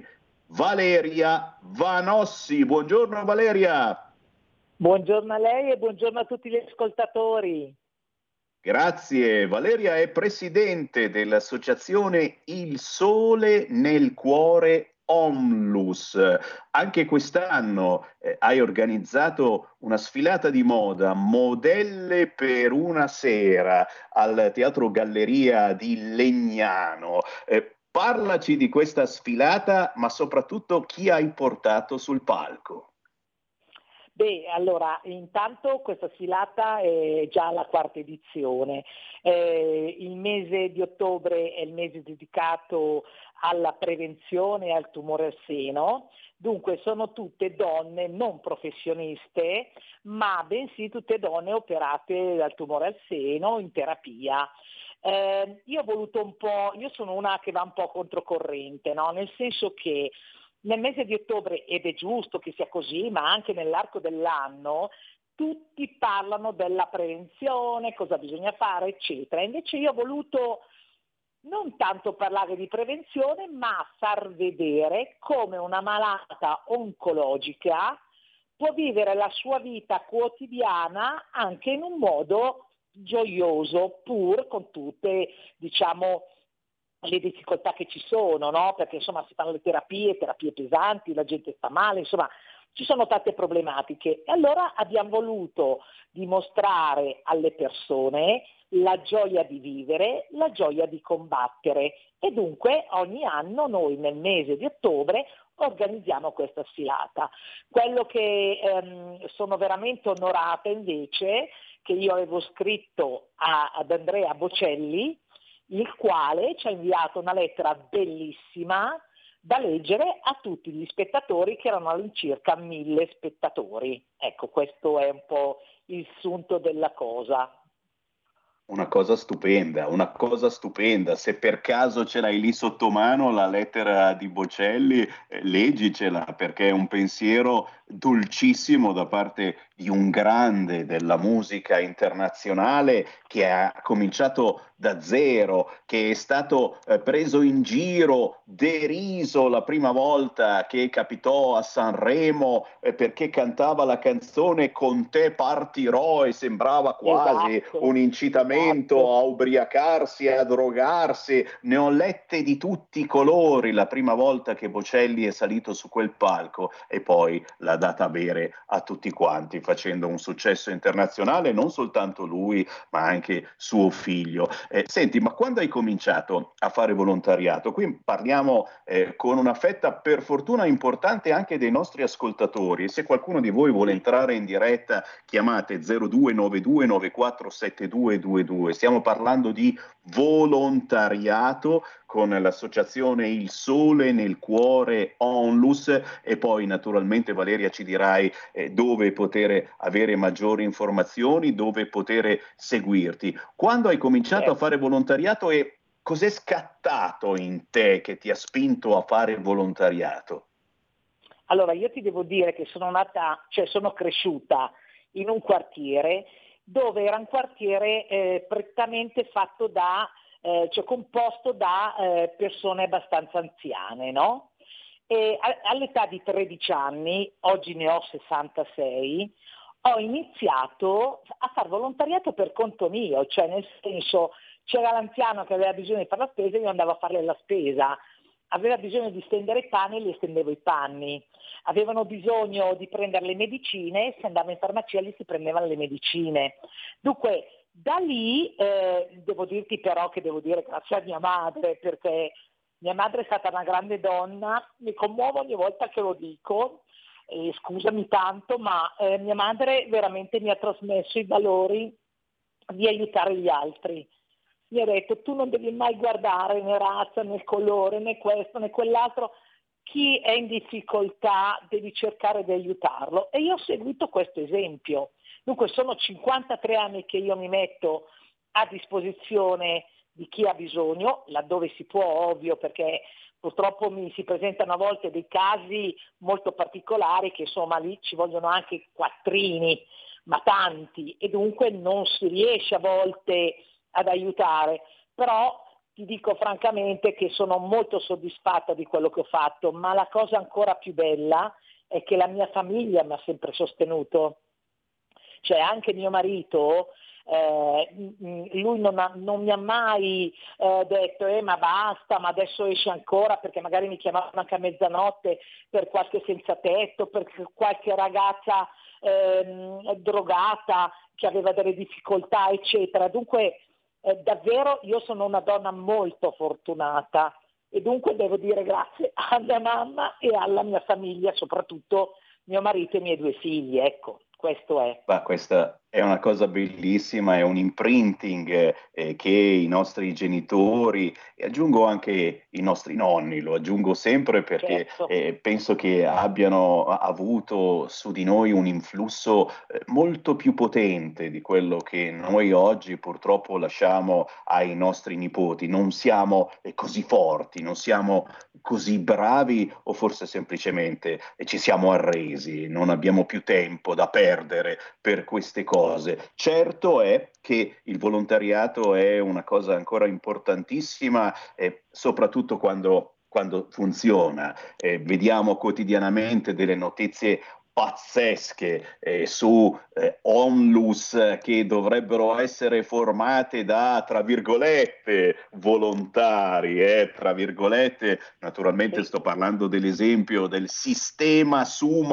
Valeria Vanossi. Buongiorno Valeria. Buongiorno a lei e buongiorno a tutti gli ascoltatori. Grazie. Valeria è presidente dell'associazione Il Sole nel Cuore Onlus. Anche quest'anno eh, hai organizzato una sfilata di moda, Modelle per una sera, al Teatro Galleria di Legnano. Eh, parlaci di questa sfilata, ma soprattutto chi hai portato sul palco. Beh, allora, intanto questa sfilata è già la quarta edizione. Eh, il mese di ottobre è il mese dedicato alla prevenzione e al tumore al seno. Dunque sono tutte donne non professioniste, ma bensì tutte donne operate dal tumore al seno in terapia. Eh, io ho voluto un po', io sono una che va un po' controcorrente, no? Nel senso che nel mese di ottobre, ed è giusto che sia così, ma anche nell'arco dell'anno, tutti parlano della prevenzione, cosa bisogna fare, eccetera. Invece io ho voluto non tanto parlare di prevenzione, ma far vedere come una malata oncologica può vivere la sua vita quotidiana anche in un modo gioioso, pur con tutte, diciamo, le difficoltà che ci sono, no? Perché insomma si fanno le terapie, terapie pesanti, la gente sta male, insomma ci sono tante problematiche. E allora abbiamo voluto dimostrare alle persone la gioia di vivere, la gioia di combattere e dunque ogni anno noi nel mese di ottobre organizziamo questa sfilata. Quello che ehm, sono veramente onorata invece, che io avevo scritto a, ad Andrea Bocelli, il quale ci ha inviato una lettera bellissima da leggere a tutti gli spettatori, che erano all'incirca mille spettatori. Ecco, questo è un po' il sunto della cosa. Una cosa stupenda, una cosa stupenda. Se per caso ce l'hai lì sotto mano la lettera di Bocelli, eh, leggicela, perché è un pensiero dolcissimo da parte di un grande della musica internazionale che ha cominciato da zero, che è stato eh, preso in giro, deriso la prima volta che capitò a Sanremo eh, perché cantava la canzone Con te partirò e sembrava quasi Esatto. un incitamento esatto. a ubriacarsi, a drogarsi. Ne ho lette di tutti i colori la prima volta che Bocelli è salito su quel palco e poi l'ha data a bere a tutti quanti, facendo un successo internazionale, non soltanto lui, ma anche suo figlio. Eh, senti, ma quando hai cominciato a fare volontariato? Qui parliamo eh, con una fetta per fortuna importante anche dei nostri ascoltatori, e se qualcuno di voi vuole entrare in diretta chiamate zero due nove due nove quattro sette due due due. Stiamo parlando di volontariato con l'associazione Il Sole nel Cuore Onlus, e poi naturalmente Valeria ci dirai eh, dove poter avere maggiori informazioni, dove poter seguirti. Quando hai cominciato a fare volontariato e cos'è scattato in te che ti ha spinto a fare volontariato? Allora, io ti devo dire che sono nata, cioè sono cresciuta in un quartiere dove era un quartiere eh, prettamente fatto da, eh, cioè composto da eh, persone abbastanza anziane, no? E all'età di tredici anni, oggi ne ho sessantasei, ho iniziato a fare volontariato per conto mio, cioè nel senso c'era l'anziano che aveva bisogno di fare la spesa e io andavo a farle la spesa, aveva bisogno di stendere i panni e gli stendevo i panni, avevano bisogno di prendere le medicine, se andava in farmacia gli si prendevano le medicine. Dunque da lì eh, devo dirti però che devo dire grazie a mia madre, perché mia madre è stata una grande donna, mi commuovo ogni volta che lo dico, e scusami tanto, ma eh, mia madre veramente mi ha trasmesso i valori di aiutare gli altri. Mi ha detto: tu non devi mai guardare né razza, né colore, né questo, né quell'altro, chi è in difficoltà devi cercare di aiutarlo. E io ho seguito questo esempio. Dunque sono cinquantatré anni che io mi metto a disposizione di chi ha bisogno, laddove si può, ovvio, perché purtroppo mi si presentano a volte dei casi molto particolari che insomma lì ci vogliono anche quattrini, ma tanti, e dunque non si riesce a volte ad aiutare, però ti dico francamente che sono molto soddisfatta di quello che ho fatto, ma la cosa ancora più bella è che la mia famiglia mi ha sempre sostenuto, cioè anche mio marito, eh, lui non, ha, non mi ha mai eh, detto eh, ma basta, ma adesso esci ancora, perché magari mi chiamavano anche a mezzanotte per qualche senza tetto, per qualche ragazza eh, drogata che aveva delle difficoltà eccetera. Dunque eh, davvero io sono una donna molto fortunata e dunque devo dire grazie a mia mamma e alla mia famiglia, soprattutto mio marito e i miei due figli, ecco. Questo è. Ma questa è una cosa bellissima, è un imprinting eh, che i nostri genitori, e aggiungo anche i nostri nonni, lo aggiungo sempre perché certo. eh, penso che abbiano avuto su di noi un influsso eh, molto più potente di quello che noi oggi purtroppo lasciamo ai nostri nipoti. Non siamo eh, così forti, non siamo così bravi o forse semplicemente eh, ci siamo arresi, non abbiamo più tempo da perdere per queste cose. Certo è che il volontariato è una cosa ancora importantissima, eh, soprattutto quando, quando funziona. Eh, vediamo quotidianamente delle notizie pazzesche eh, su eh, onlus che dovrebbero essere formate da, tra virgolette, volontari, eh, tra virgolette, naturalmente sto parlando dell'esempio del sistema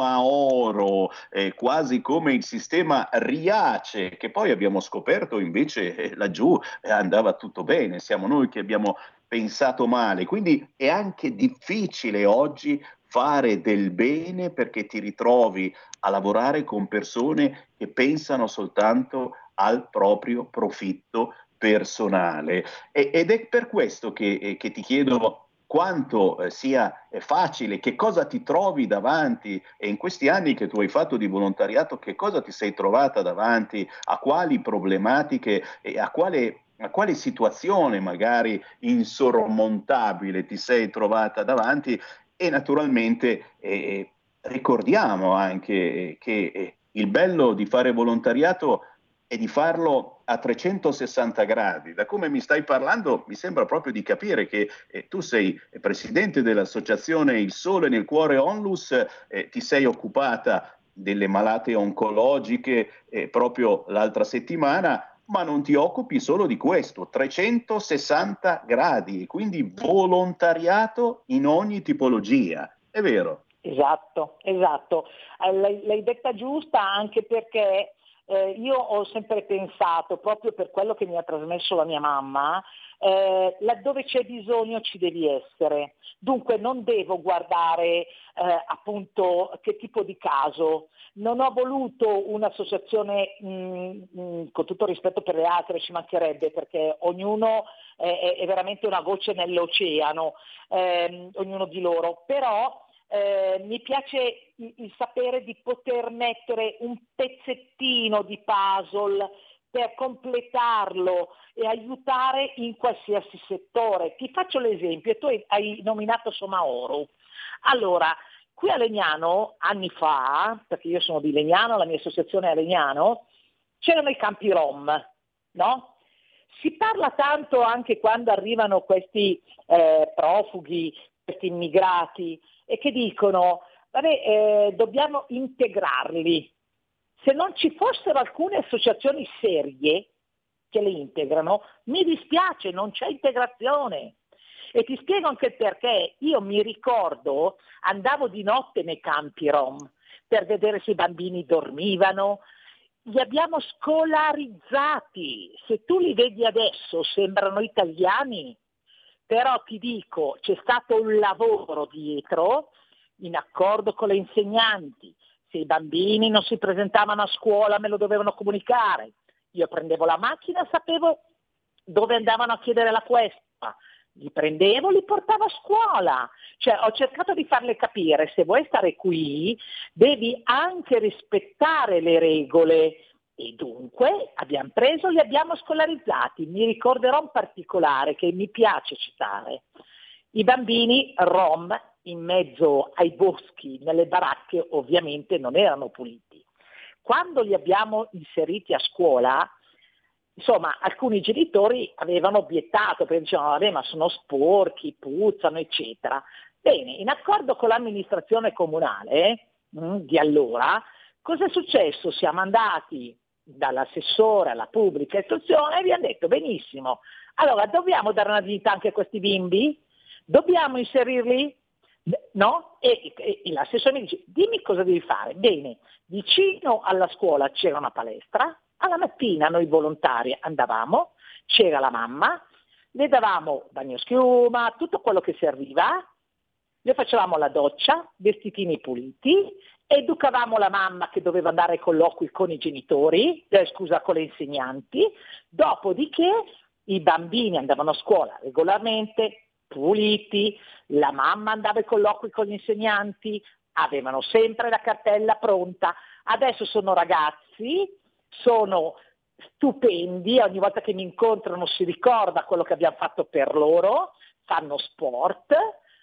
Sumaoro, eh, quasi come il sistema Riace, che poi abbiamo scoperto invece eh, laggiù eh, andava tutto bene, siamo noi che abbiamo pensato male, quindi è anche difficile oggi fare del bene perché ti ritrovi a lavorare con persone che pensano soltanto al proprio profitto personale. E, ed è per questo che, eh, che ti chiedo quanto eh, sia eh, facile, che cosa ti trovi davanti e in questi anni che tu hai fatto di volontariato, che cosa ti sei trovata davanti, a quali problematiche e a quale a quale situazione magari insormontabile ti sei trovata davanti. E naturalmente eh, ricordiamo anche che eh, il bello di fare volontariato è di farlo a trecentosessanta gradi. Da come mi stai parlando mi sembra proprio di capire che eh, tu sei presidente dell'associazione Il Sole nel Cuore Onlus, eh, ti sei occupata delle malate oncologiche eh, proprio l'altra settimana, ma non ti occupi solo di questo, trecentosessanta gradi, quindi volontariato in ogni tipologia, è vero? Esatto, esatto, eh, l'hai, l'hai detta giusta anche perché eh, io ho sempre pensato, proprio per quello che mi ha trasmesso la mia mamma, eh, laddove c'è bisogno ci devi essere, dunque non devo guardare eh, appunto che tipo di caso. Non ho voluto un'associazione, mh, mh, con tutto rispetto per le altre, ci mancherebbe, perché ognuno è, è veramente una goccia nell'oceano, ehm, ognuno di loro, però eh, mi piace il, il sapere di poter mettere un pezzettino di puzzle per completarlo e aiutare in qualsiasi settore. Ti faccio l'esempio, tu hai nominato Somaoro. Allora, qui a Legnano, anni fa, perché io sono di Legnano, la mia associazione è a Legnano, c'erano i campi Rom, no? Si parla tanto anche quando arrivano questi eh, profughi questi immigrati e che dicono, vabbè, eh, dobbiamo integrarli. Se non ci fossero alcune associazioni serie che le integrano, mi dispiace, non c'è integrazione. E ti spiego anche il perché. Io mi ricordo, andavo di notte nei campi rom per vedere se i bambini dormivano, li abbiamo scolarizzati. Se tu li vedi adesso sembrano italiani, però ti dico, c'è stato un lavoro dietro, in accordo con le insegnanti. Se i bambini non si presentavano a scuola me lo dovevano comunicare. Io prendevo la macchina, sapevo dove andavano a chiedere la questua, li prendevo, li portavo a scuola. Cioè ho cercato di farle capire, se vuoi stare qui devi anche rispettare le regole. E dunque abbiamo preso, li abbiamo scolarizzati. Mi ricorderò un particolare che mi piace citare. I bambini rom in mezzo ai boschi, nelle baracche, ovviamente non erano puliti. Quando li abbiamo inseriti a scuola, insomma, alcuni genitori avevano obiettato, perché dicevano, vabbè, ma sono sporchi, puzzano, eccetera. Bene, in accordo con l'amministrazione comunale mh, di allora, cosa è successo? Siamo andati dall'assessore alla pubblica istruzione e vi hanno detto, benissimo, allora dobbiamo dare una dignità anche a questi bimbi? Dobbiamo inserirli? No? E, e, e l'assessore mi dice, dimmi cosa devi fare. Bene, vicino alla scuola c'era una palestra, alla mattina noi volontari andavamo, c'era la mamma, le davamo bagnoschiuma, tutto quello che serviva, le facevamo la doccia, vestitini puliti, educavamo la mamma che doveva andare ai colloqui con i genitori, eh, scusa, con le insegnanti, dopodiché i bambini andavano a scuola regolarmente, puliti, la mamma andava ai colloqui con gli insegnanti, avevano sempre la cartella pronta. Adesso sono ragazzi, sono stupendi, ogni volta che mi incontrano si ricorda quello che abbiamo fatto per loro, fanno sport,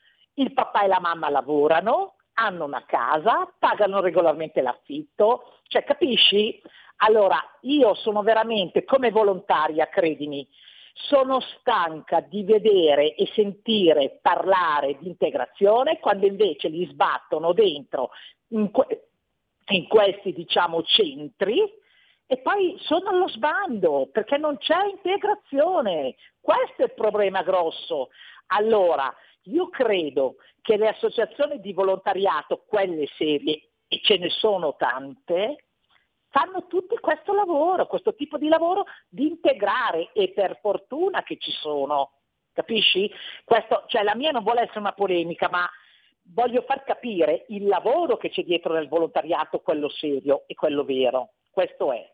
il papà e la mamma lavorano, hanno una casa, pagano regolarmente l'affitto, cioè capisci? Allora io sono veramente come volontaria, credimi, sono stanca di vedere e sentire parlare di integrazione quando invece li sbattono dentro in, que- in questi diciamo centri e poi sono allo sbando perché non c'è integrazione. Questo è il problema grosso. Allora io credo che le associazioni di volontariato, quelle serie, e ce ne sono tante, fanno tutti questo lavoro, questo tipo di lavoro di integrare e per fortuna che ci sono, capisci? Questo, cioè la mia non vuole essere una polemica, ma voglio far capire il lavoro che c'è dietro nel volontariato, quello serio e quello vero, questo è.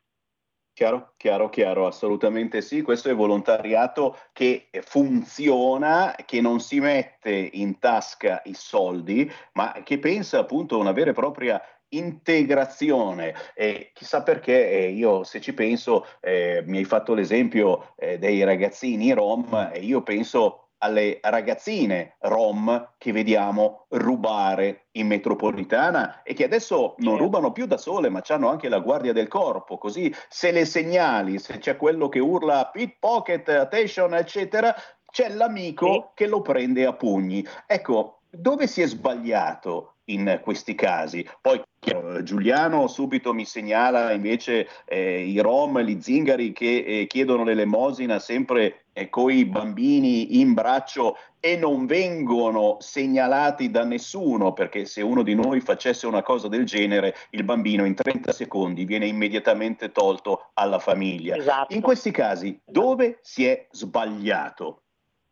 Chiaro, chiaro, chiaro, assolutamente sì, questo è volontariato che funziona, che non si mette in tasca i soldi, ma che pensa appunto a una vera e propria integrazione. E chissà perché eh, io se ci penso eh, mi hai fatto l'esempio eh, dei ragazzini rom e io penso alle ragazzine rom che vediamo rubare in metropolitana e che adesso non rubano più da sole ma hanno anche la guardia del corpo, così se le segnali, se c'è quello che urla pickpocket, attention eccetera, c'è l'amico sì. che lo prende a pugni. Ecco, dove si è sbagliato in questi casi? Poi eh, Giuliano subito mi segnala invece eh, i rom, gli zingari che eh, chiedono l'elemosina sempre eh, coi bambini in braccio e non vengono segnalati da nessuno, perché se uno di noi facesse una cosa del genere il bambino in trenta secondi viene immediatamente tolto alla famiglia. Esatto. In questi casi dove si è sbagliato?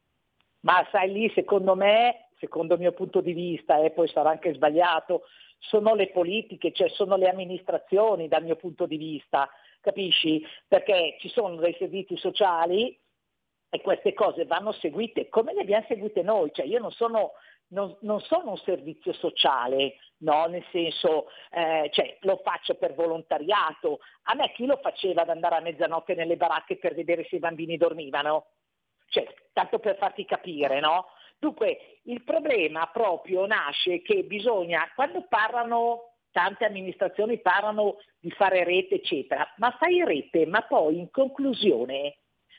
Ma sai lì secondo me, secondo il mio punto di vista, e eh, poi sarà anche sbagliato, sono le politiche, cioè sono le amministrazioni dal mio punto di vista, capisci? Perché ci sono dei servizi sociali e queste cose vanno seguite come le abbiamo seguite noi, cioè io non sono, non, non sono un servizio sociale, no, nel senso, eh, cioè lo faccio per volontariato, a me chi lo faceva ad andare a mezzanotte nelle baracche per vedere se i bambini dormivano? Cioè, tanto per farti capire, no? Dunque, il problema proprio nasce che bisogna, quando parlano, tante amministrazioni parlano di fare rete, eccetera, ma fai rete, ma poi in conclusione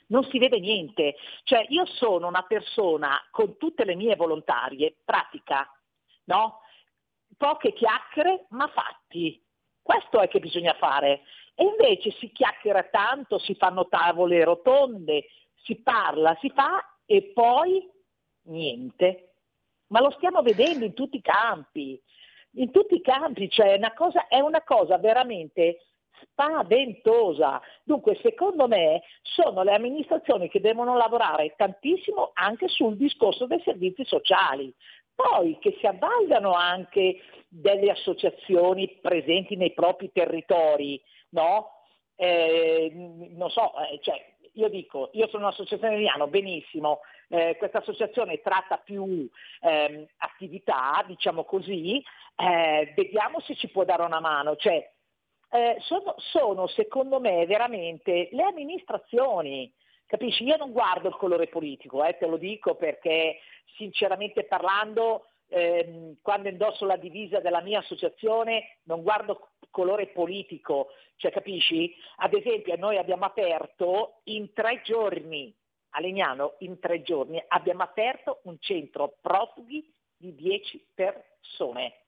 non si vede niente. Cioè io sono una persona con tutte le mie volontarie, pratica, no? Poche chiacchiere ma fatti. Questo è che bisogna fare. E invece si chiacchiera tanto, si fanno tavole rotonde, si parla, si fa e poi niente. Ma lo stiamo vedendo in tutti i campi, in tutti i campi, cioè una cosa, è una cosa veramente spaventosa. Dunque secondo me sono le amministrazioni che devono lavorare tantissimo anche sul discorso dei servizi sociali. Poi che si avvalgano anche delle associazioni presenti nei propri territori, no? Eh, non so, eh, cioè, io dico, io sono un'associazione di Milano, benissimo, eh, questa associazione tratta più ehm, attività, diciamo così, eh, vediamo se ci può dare una mano. Cioè, eh, sono, sono secondo me veramente le amministrazioni. Capisci? Io non guardo il colore politico, eh, te lo dico perché sinceramente parlando, ehm, quando indosso la divisa della mia associazione non guardo colore politico, cioè capisci? Ad esempio noi abbiamo aperto in tre giorni, a Legnano in tre giorni abbiamo aperto un centro profughi di dieci persone.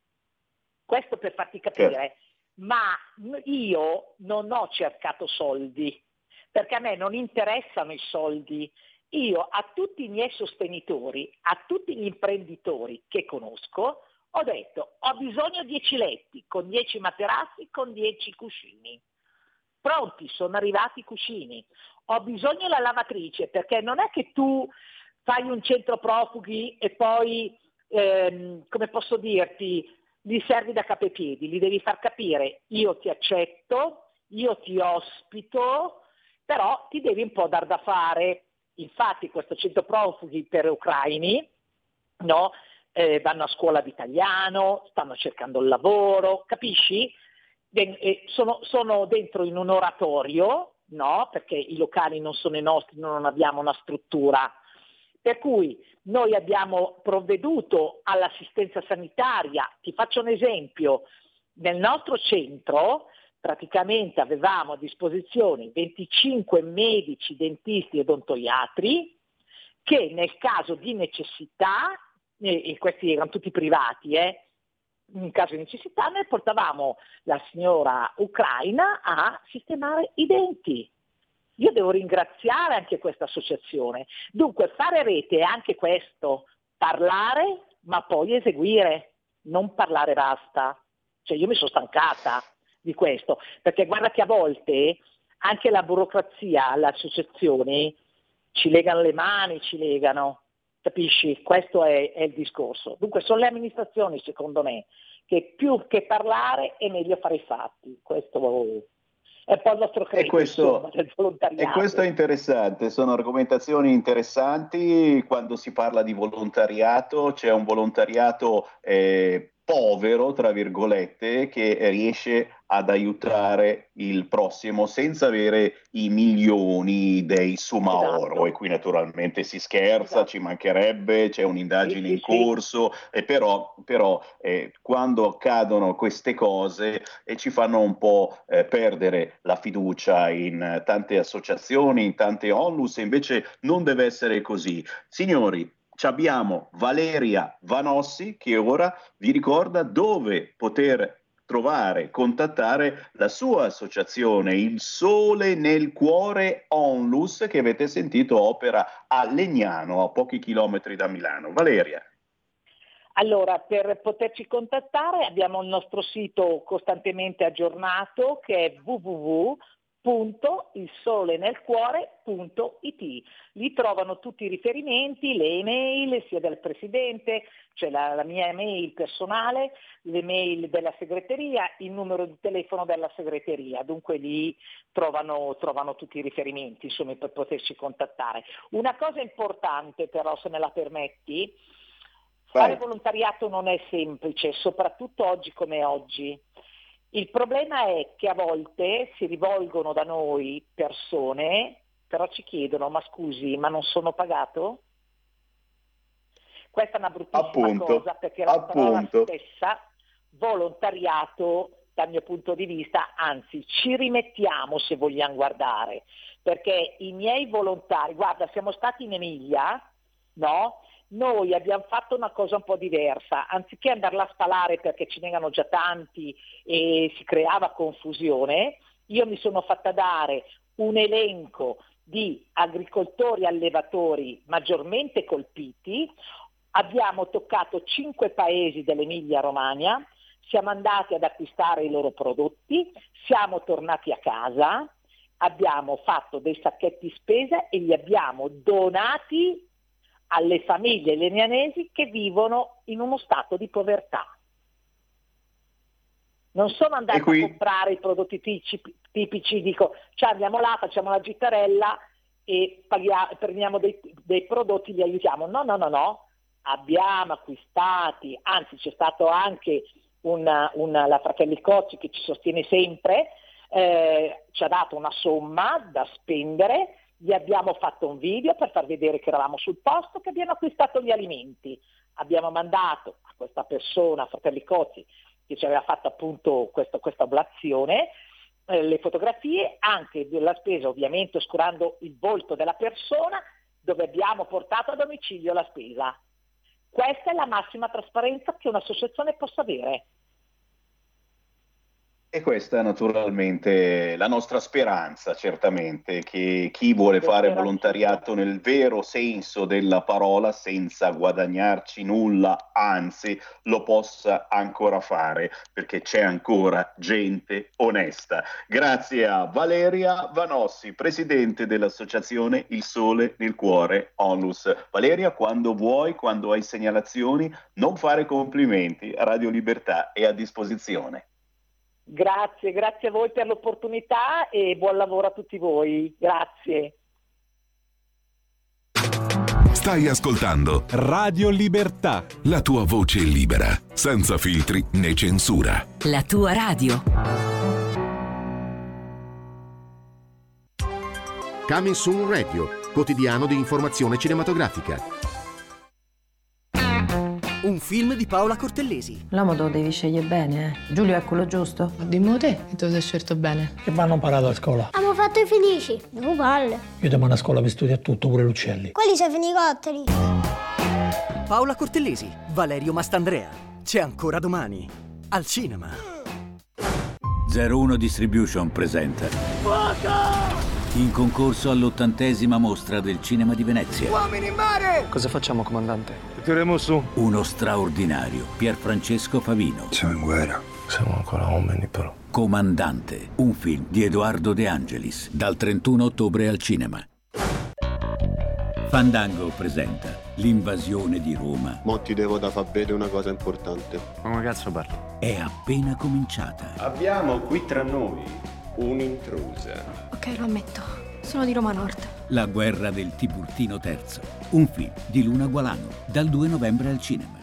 Questo per farti capire, ma io non ho cercato soldi, perché a me non interessano i soldi. Io a tutti i miei sostenitori, a tutti gli imprenditori che conosco, ho detto ho bisogno di dieci letti, con dieci materassi, con dieci cuscini. Pronti, sono arrivati i cuscini. Ho bisogno della lavatrice, perché non è che tu fai un centro profughi e poi, ehm, come posso dirti, li servi da capo e piedi, li devi far capire, io ti accetto, io ti ospito, però ti devi un po' dar da fare. Infatti questo centro profughi per ucraini, no? Eh, vanno a scuola di italiano, stanno cercando il lavoro, capisci? Den- eh, sono, sono dentro in un oratorio, no? Perché i locali non sono i nostri, non abbiamo una struttura. Per cui noi abbiamo provveduto all'assistenza sanitaria. Ti faccio un esempio, nel nostro centro praticamente avevamo a disposizione venticinque medici, dentisti e odontoiatri che nel caso di necessità, e questi erano tutti privati, eh, in caso di necessità noi portavamo la signora ucraina a sistemare i denti. Io devo ringraziare anche questa associazione. Dunque fare rete è anche questo, parlare ma poi eseguire, non parlare basta. Cioè io mi sono stancata di questo, perché guarda che a volte anche la burocrazia, le associazioni ci legano le mani, ci legano, capisci? Questo è, è il discorso. Dunque sono le amministrazioni, secondo me, che più che parlare è meglio fare i fatti. Questo è un po' il nostro credo, e questo, insomma, del volontariato. E questo è interessante, sono argomentazioni interessanti. Quando si parla di volontariato c'è un volontariato eh, povero, tra virgolette, che riesce ad aiutare il prossimo senza avere i milioni dei Sumaoro. Esatto. E qui naturalmente si scherza, esatto. Ci mancherebbe, c'è un'indagine sì, in sì, corso, sì. E però, però eh, quando accadono queste cose eh, ci fanno un po' eh, perdere la fiducia in tante associazioni, in tante onlus, e invece non deve essere così. Signori, abbiamo Valeria Vanossi che ora vi ricorda dove poter trovare, contattare la sua associazione Il Sole nel Cuore Onlus, che avete sentito opera a Legnano, a pochi chilometri da Milano. Valeria. Allora, per poterci contattare abbiamo il nostro sito costantemente aggiornato che è w w w punto il sole nel cuore punto i t. Lì trovano tutti i riferimenti, le email sia del presidente, cioè la, la mia email personale, le mail della segreteria, il numero di telefono della segreteria. Dunque lì trovano, trovano tutti i riferimenti, insomma, per poterci contattare. Una cosa importante però, se me la permetti, fare volontariato non è semplice, soprattutto oggi come oggi. Il problema è che a volte si rivolgono da noi persone, però ci chiedono, ma scusi, ma non sono pagato? Questa è una bruttissima appunto, cosa, perché la appunto. parola stessa, volontariato, dal mio punto di vista, anzi ci rimettiamo se vogliamo guardare, perché i miei volontari, guarda, siamo stati in Emilia, no? Noi abbiamo fatto una cosa un po' diversa, anziché andarla a spalare perché ce n'erano già tanti e si creava confusione, io mi sono fatta dare un elenco di agricoltori e allevatori maggiormente colpiti, abbiamo toccato cinque paesi dell'Emilia Romagna, siamo andati ad acquistare i loro prodotti, siamo tornati a casa, abbiamo fatto dei sacchetti spesa e li abbiamo donati alle famiglie lenianesi che vivono in uno stato di povertà. Non sono andati qui a comprare i prodotti tipici, dico, cioè andiamo là, facciamo la gittarella e paghiamo, prendiamo dei, dei prodotti, li aiutiamo. No, no, no, no, abbiamo acquistati, anzi c'è stato anche una, una, la Fratelli Cozzi che ci sostiene sempre, eh, ci ha dato una somma da spendere, gli abbiamo fatto un video per far vedere che eravamo sul posto, che abbiamo acquistato gli alimenti, abbiamo mandato a questa persona, Fratelli Cozzi, che ci aveva fatto appunto questo, questa oblazione, eh, le fotografie anche della spesa, ovviamente oscurando il volto della persona, dove abbiamo portato a domicilio la spesa. Questa è la massima trasparenza che un'associazione possa avere. E questa è naturalmente la nostra speranza, certamente, che chi vuole fare volontariato nel vero senso della parola, senza guadagnarci nulla, anzi, lo possa ancora fare, perché c'è ancora gente onesta. Grazie a Valeria Vanossi, presidente dell'associazione Il Sole nel Cuore Onlus. Valeria, quando vuoi, quando hai segnalazioni, non fare complimenti, Radio Libertà è a disposizione. Grazie, grazie a voi per l'opportunità e buon lavoro a tutti voi. Grazie. Stai ascoltando Radio Libertà, la tua voce libera, senza filtri né censura. La tua radio. Coming Soon Radio, quotidiano di informazione cinematografica. Un film di Paola Cortellesi. L'uomo te lo devi scegliere bene, eh. Giulio è quello giusto. Ma dimmi te che te lo sei scelto bene. Che mi hanno imparato a scuola. Abbiamo fatto i felici. Non palle. Io ti mando a scuola per studiare tutto, pure l'uccelli. Quelli sono i fenicotteri. Paola Cortellesi, Valerio Mastandrea. C'è ancora domani. Al cinema. zero uno Distribution presenta. Fuoco! In concorso all'ottantesima mostra del cinema di Venezia. Uomini in mare! Cosa facciamo, comandante? Tireremo su. Uno straordinario, Pierfrancesco Favino. Siamo in guerra. Siamo ancora uomini, però. Comandante, un film di Edoardo De Angelis, dal trentuno ottobre al cinema. Fandango presenta L'invasione di Roma. Mo ti devo da far vedere una cosa importante. Ma come cazzo parli? È appena cominciata. Abbiamo qui tra noi un'intrusa. Ok, lo ammetto. Sono di Roma Nord. La guerra del Tiburtino terzo. Un film di Luna Gualano, dal due novembre al cinema.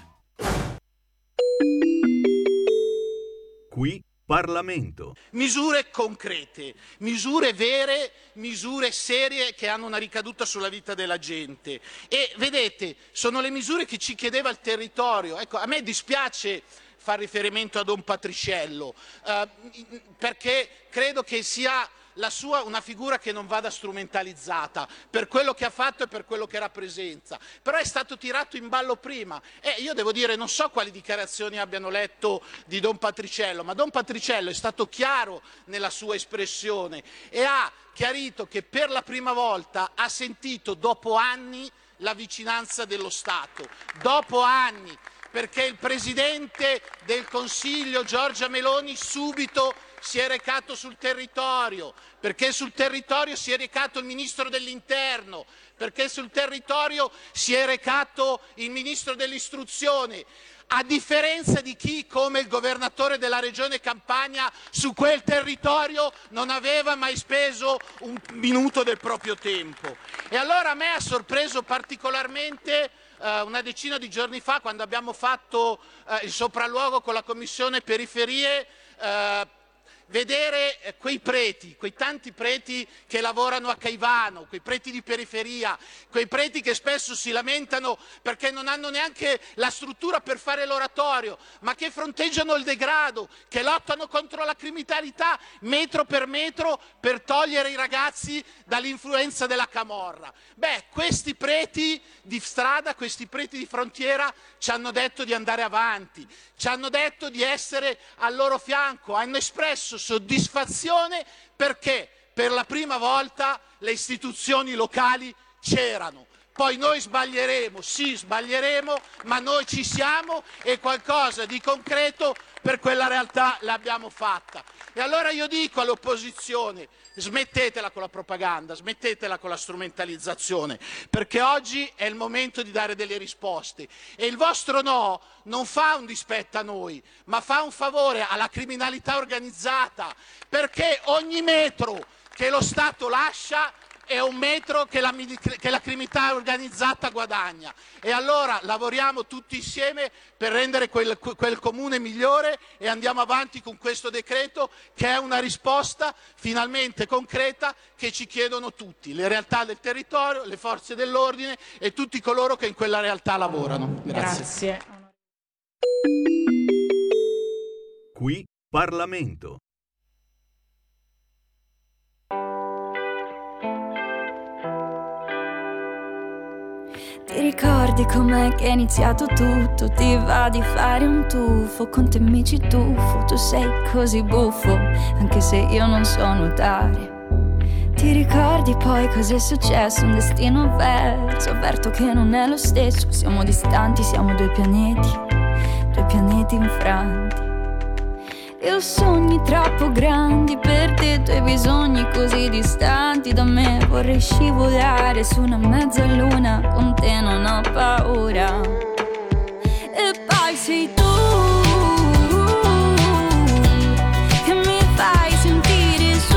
Qui Parlamento. Misure concrete, misure vere, misure serie che hanno una ricaduta sulla vita della gente. E vedete, sono le misure che ci chiedeva il territorio. Ecco, a me dispiace far riferimento a Don Patriciello, eh, perché credo che sia la sua una figura che non vada strumentalizzata per quello che ha fatto e per quello che rappresenta, però è stato tirato in ballo prima e io devo dire, non so quali dichiarazioni abbiano letto di Don Patriciello, ma Don Patriciello è stato chiaro nella sua espressione e ha chiarito che per la prima volta ha sentito dopo anni la vicinanza dello Stato, dopo anni, perché il Presidente del Consiglio Giorgia Meloni subito si è recato sul territorio, perché sul territorio si è recato il Ministro dell'Interno, perché sul territorio si è recato il Ministro dell'Istruzione, a differenza di chi, come il governatore della Regione Campania, su quel territorio non aveva mai speso un minuto del proprio tempo. E allora a me ha sorpreso particolarmente eh, una decina di giorni fa, quando abbiamo fatto eh, il sopralluogo con la Commissione Periferie, eh, vedere quei preti, quei tanti preti che lavorano a Caivano, quei preti di periferia, quei preti che spesso si lamentano perché non hanno neanche la struttura per fare l'oratorio, ma che fronteggiano il degrado, che lottano contro la criminalità metro per metro per togliere i ragazzi dall'influenza della camorra. Beh, questi preti di strada, questi preti di frontiera ci hanno detto di andare avanti, ci hanno detto di essere al loro fianco, hanno espresso soddisfazione perché per la prima volta le istituzioni locali c'erano. Poi noi sbaglieremo, sì sbaglieremo, ma noi ci siamo e qualcosa di concreto per quella realtà l'abbiamo fatta. E allora io dico all'opposizione, smettetela con la propaganda, smettetela con la strumentalizzazione, perché oggi è il momento di dare delle risposte e il vostro no non fa un dispetto a noi, ma fa un favore alla criminalità organizzata, perché ogni metro che lo Stato lascia è un metro che la, che la criminalità organizzata guadagna. E allora lavoriamo tutti insieme per rendere quel, quel comune migliore e andiamo avanti con questo decreto che è una risposta finalmente concreta che ci chiedono tutti, le realtà del territorio, le forze dell'ordine e tutti coloro che in quella realtà lavorano. Grazie. Grazie. Qui Parlamento. Ti ricordi com'è che è iniziato tutto? Ti va di fare un tuffo, con te mi ci tuffo. Tu sei così buffo, anche se io non so nuotare. Ti ricordi poi cos'è successo? Un destino avverso, avverto che non è lo stesso. Siamo distanti, siamo due pianeti, due pianeti infranti. Io ho sogni troppo grandi per te, i tuoi bisogni così distanti da me. Vorrei scivolare su una mezzaluna, con te non ho paura. E poi sei tu che mi fai sentire su.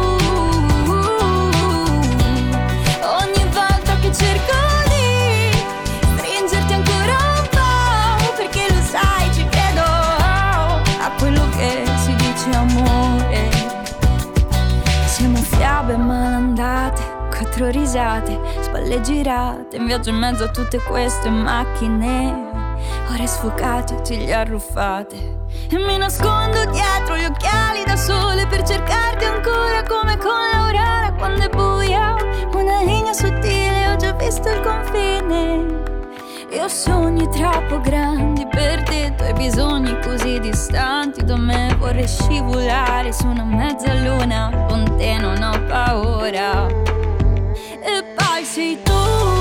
Ogni volta che cerco di stringerti ancora un po', perché lo sai, ci credo a quello che si dice amore. Siamo fiabe malandate, quattro risate, spalle girate, in viaggio in mezzo a tutte queste macchine, ore sfocate, ciglia arruffate. E mi nascondo dietro gli occhiali da sole per cercarti ancora, come con l'aurora quando è buia, una linea sottile, ho già visto il confine. Io ho sogni troppo grandi per te, i tuoi bisogni così distanti da me. Vorrei scivolare su una mezzaluna, con te non ho paura. E poi sei tu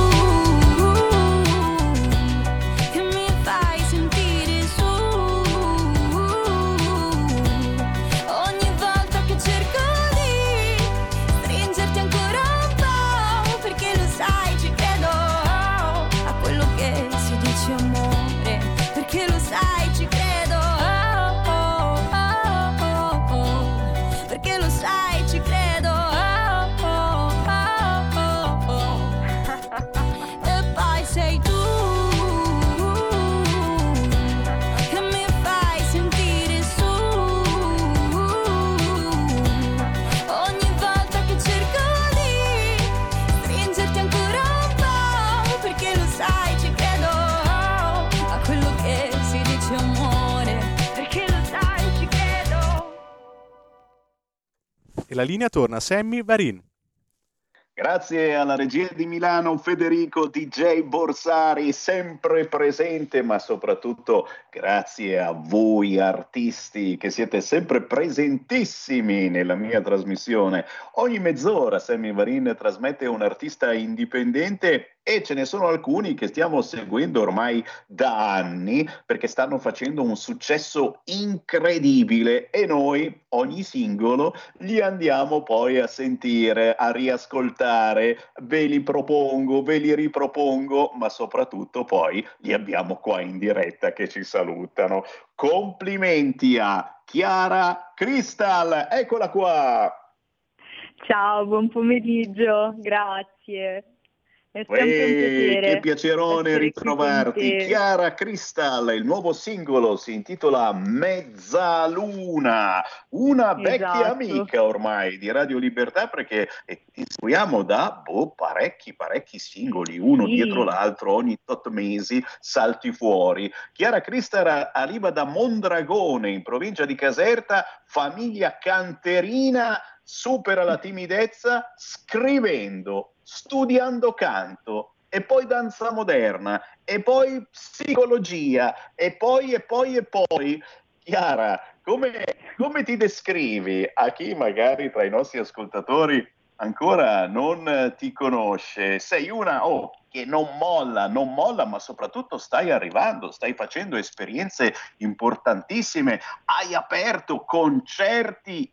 che mi fai sentire su. Ogni volta che cerco di stringerti ancora un po', perché lo sai, ci credo a quello che si dice amore, perché lo sai, ci credo oh, oh, oh, oh, oh, perché lo sai, ci credo oh, oh, oh, oh, oh. E poi sei tu che mi fai sentire su. Ogni volta che cerco di stringerti ancora un po', perché lo sai, ci credo a quello che si dice amore, perché lo sai, ci credo. E la linea torna a Sammy Varin. Grazie alla regia di Milano Federico D J Borsari, sempre presente, ma soprattutto grazie a voi artisti che siete sempre presentissimi nella mia trasmissione. Ogni mezz'ora Sammy Varin trasmette un artista indipendente e ce ne sono alcuni che stiamo seguendo ormai da anni perché stanno facendo un successo incredibile e noi ogni singolo li andiamo poi a sentire, a riascoltare, ve li propongo, ve li ripropongo, ma soprattutto poi li abbiamo qua in diretta che ci salutano. Complimenti a Chiara Crystal, eccola qua! Ciao, buon pomeriggio, grazie. È sempre un piacere. Che piacerone essere qui ritrovarti. con te. Chiara Crystal, il nuovo singolo si intitola Mezzaluna, una vecchia Esatto. amica ormai di Radio Libertà, perché eh, ti seguiamo da boh, parecchi, parecchi singoli, uno Sì. dietro l'altro, ogni tot mesi salti fuori. Chiara Crystal arriva da Mondragone, in provincia di Caserta, famiglia canterina, supera la timidezza scrivendo, studiando canto e poi danza moderna e poi psicologia e poi e poi e poi. Chiara, come, come ti descrivi a chi magari tra i nostri ascoltatori ancora non ti conosce? Sei una oh, che non molla, non molla, ma soprattutto stai arrivando, stai facendo esperienze importantissime, hai aperto concerti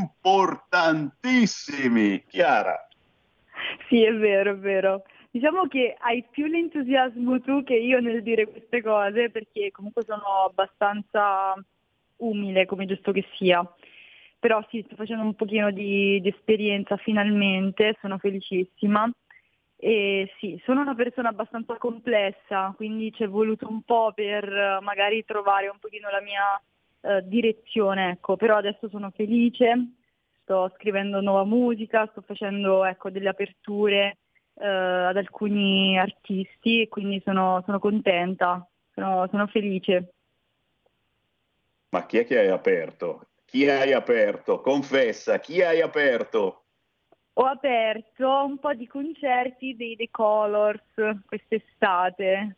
importantissimi, Chiara. Sì, è vero, è vero. Diciamo che hai più l'entusiasmo tu che io nel dire queste cose, perché comunque sono abbastanza umile, come giusto che sia. Però sì, sto facendo un pochino di, di esperienza finalmente, sono felicissima. E sì, sono una persona abbastanza complessa, quindi ci è voluto un po' per eh, magari trovare un pochino la mia eh, direzione, ecco. Però adesso sono felice, sto scrivendo nuova musica, sto facendo ecco, delle aperture eh, ad alcuni artisti e quindi sono, sono contenta, sono, sono felice. Ma chi è che hai aperto? Chi hai aperto? Confessa, chi hai aperto? Ho aperto un po' di concerti dei The Colors quest'estate.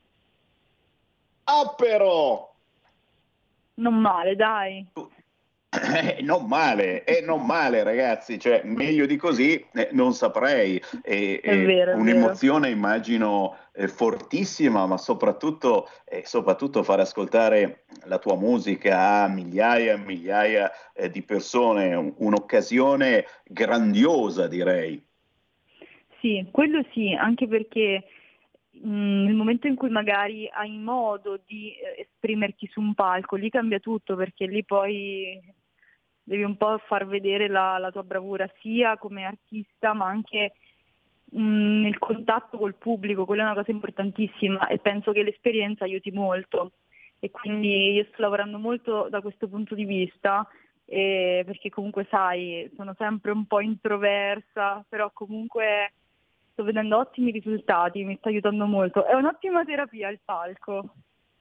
Ah, però! Non male, dai. Eh, non male, eh, non male ragazzi, cioè meglio di così eh, non saprei. E, È e vero, è un'emozione immagino eh, fortissima, ma soprattutto, eh, soprattutto far ascoltare la tua musica a migliaia e migliaia eh, di persone, un- un'occasione grandiosa direi. Sì, quello sì, anche perché mh, nel momento in cui magari hai modo di eh, esprimerti su un palco, lì cambia tutto, perché lì poi devi un po' far vedere la, la tua bravura sia come artista, ma anche mh, nel contatto col pubblico. Quella è una cosa importantissima e penso che l'esperienza aiuti molto. E quindi io sto lavorando molto da questo punto di vista, eh, perché comunque sai, sono sempre un po' introversa, però comunque sto vedendo ottimi risultati, mi sta aiutando molto. È un'ottima terapia il palco.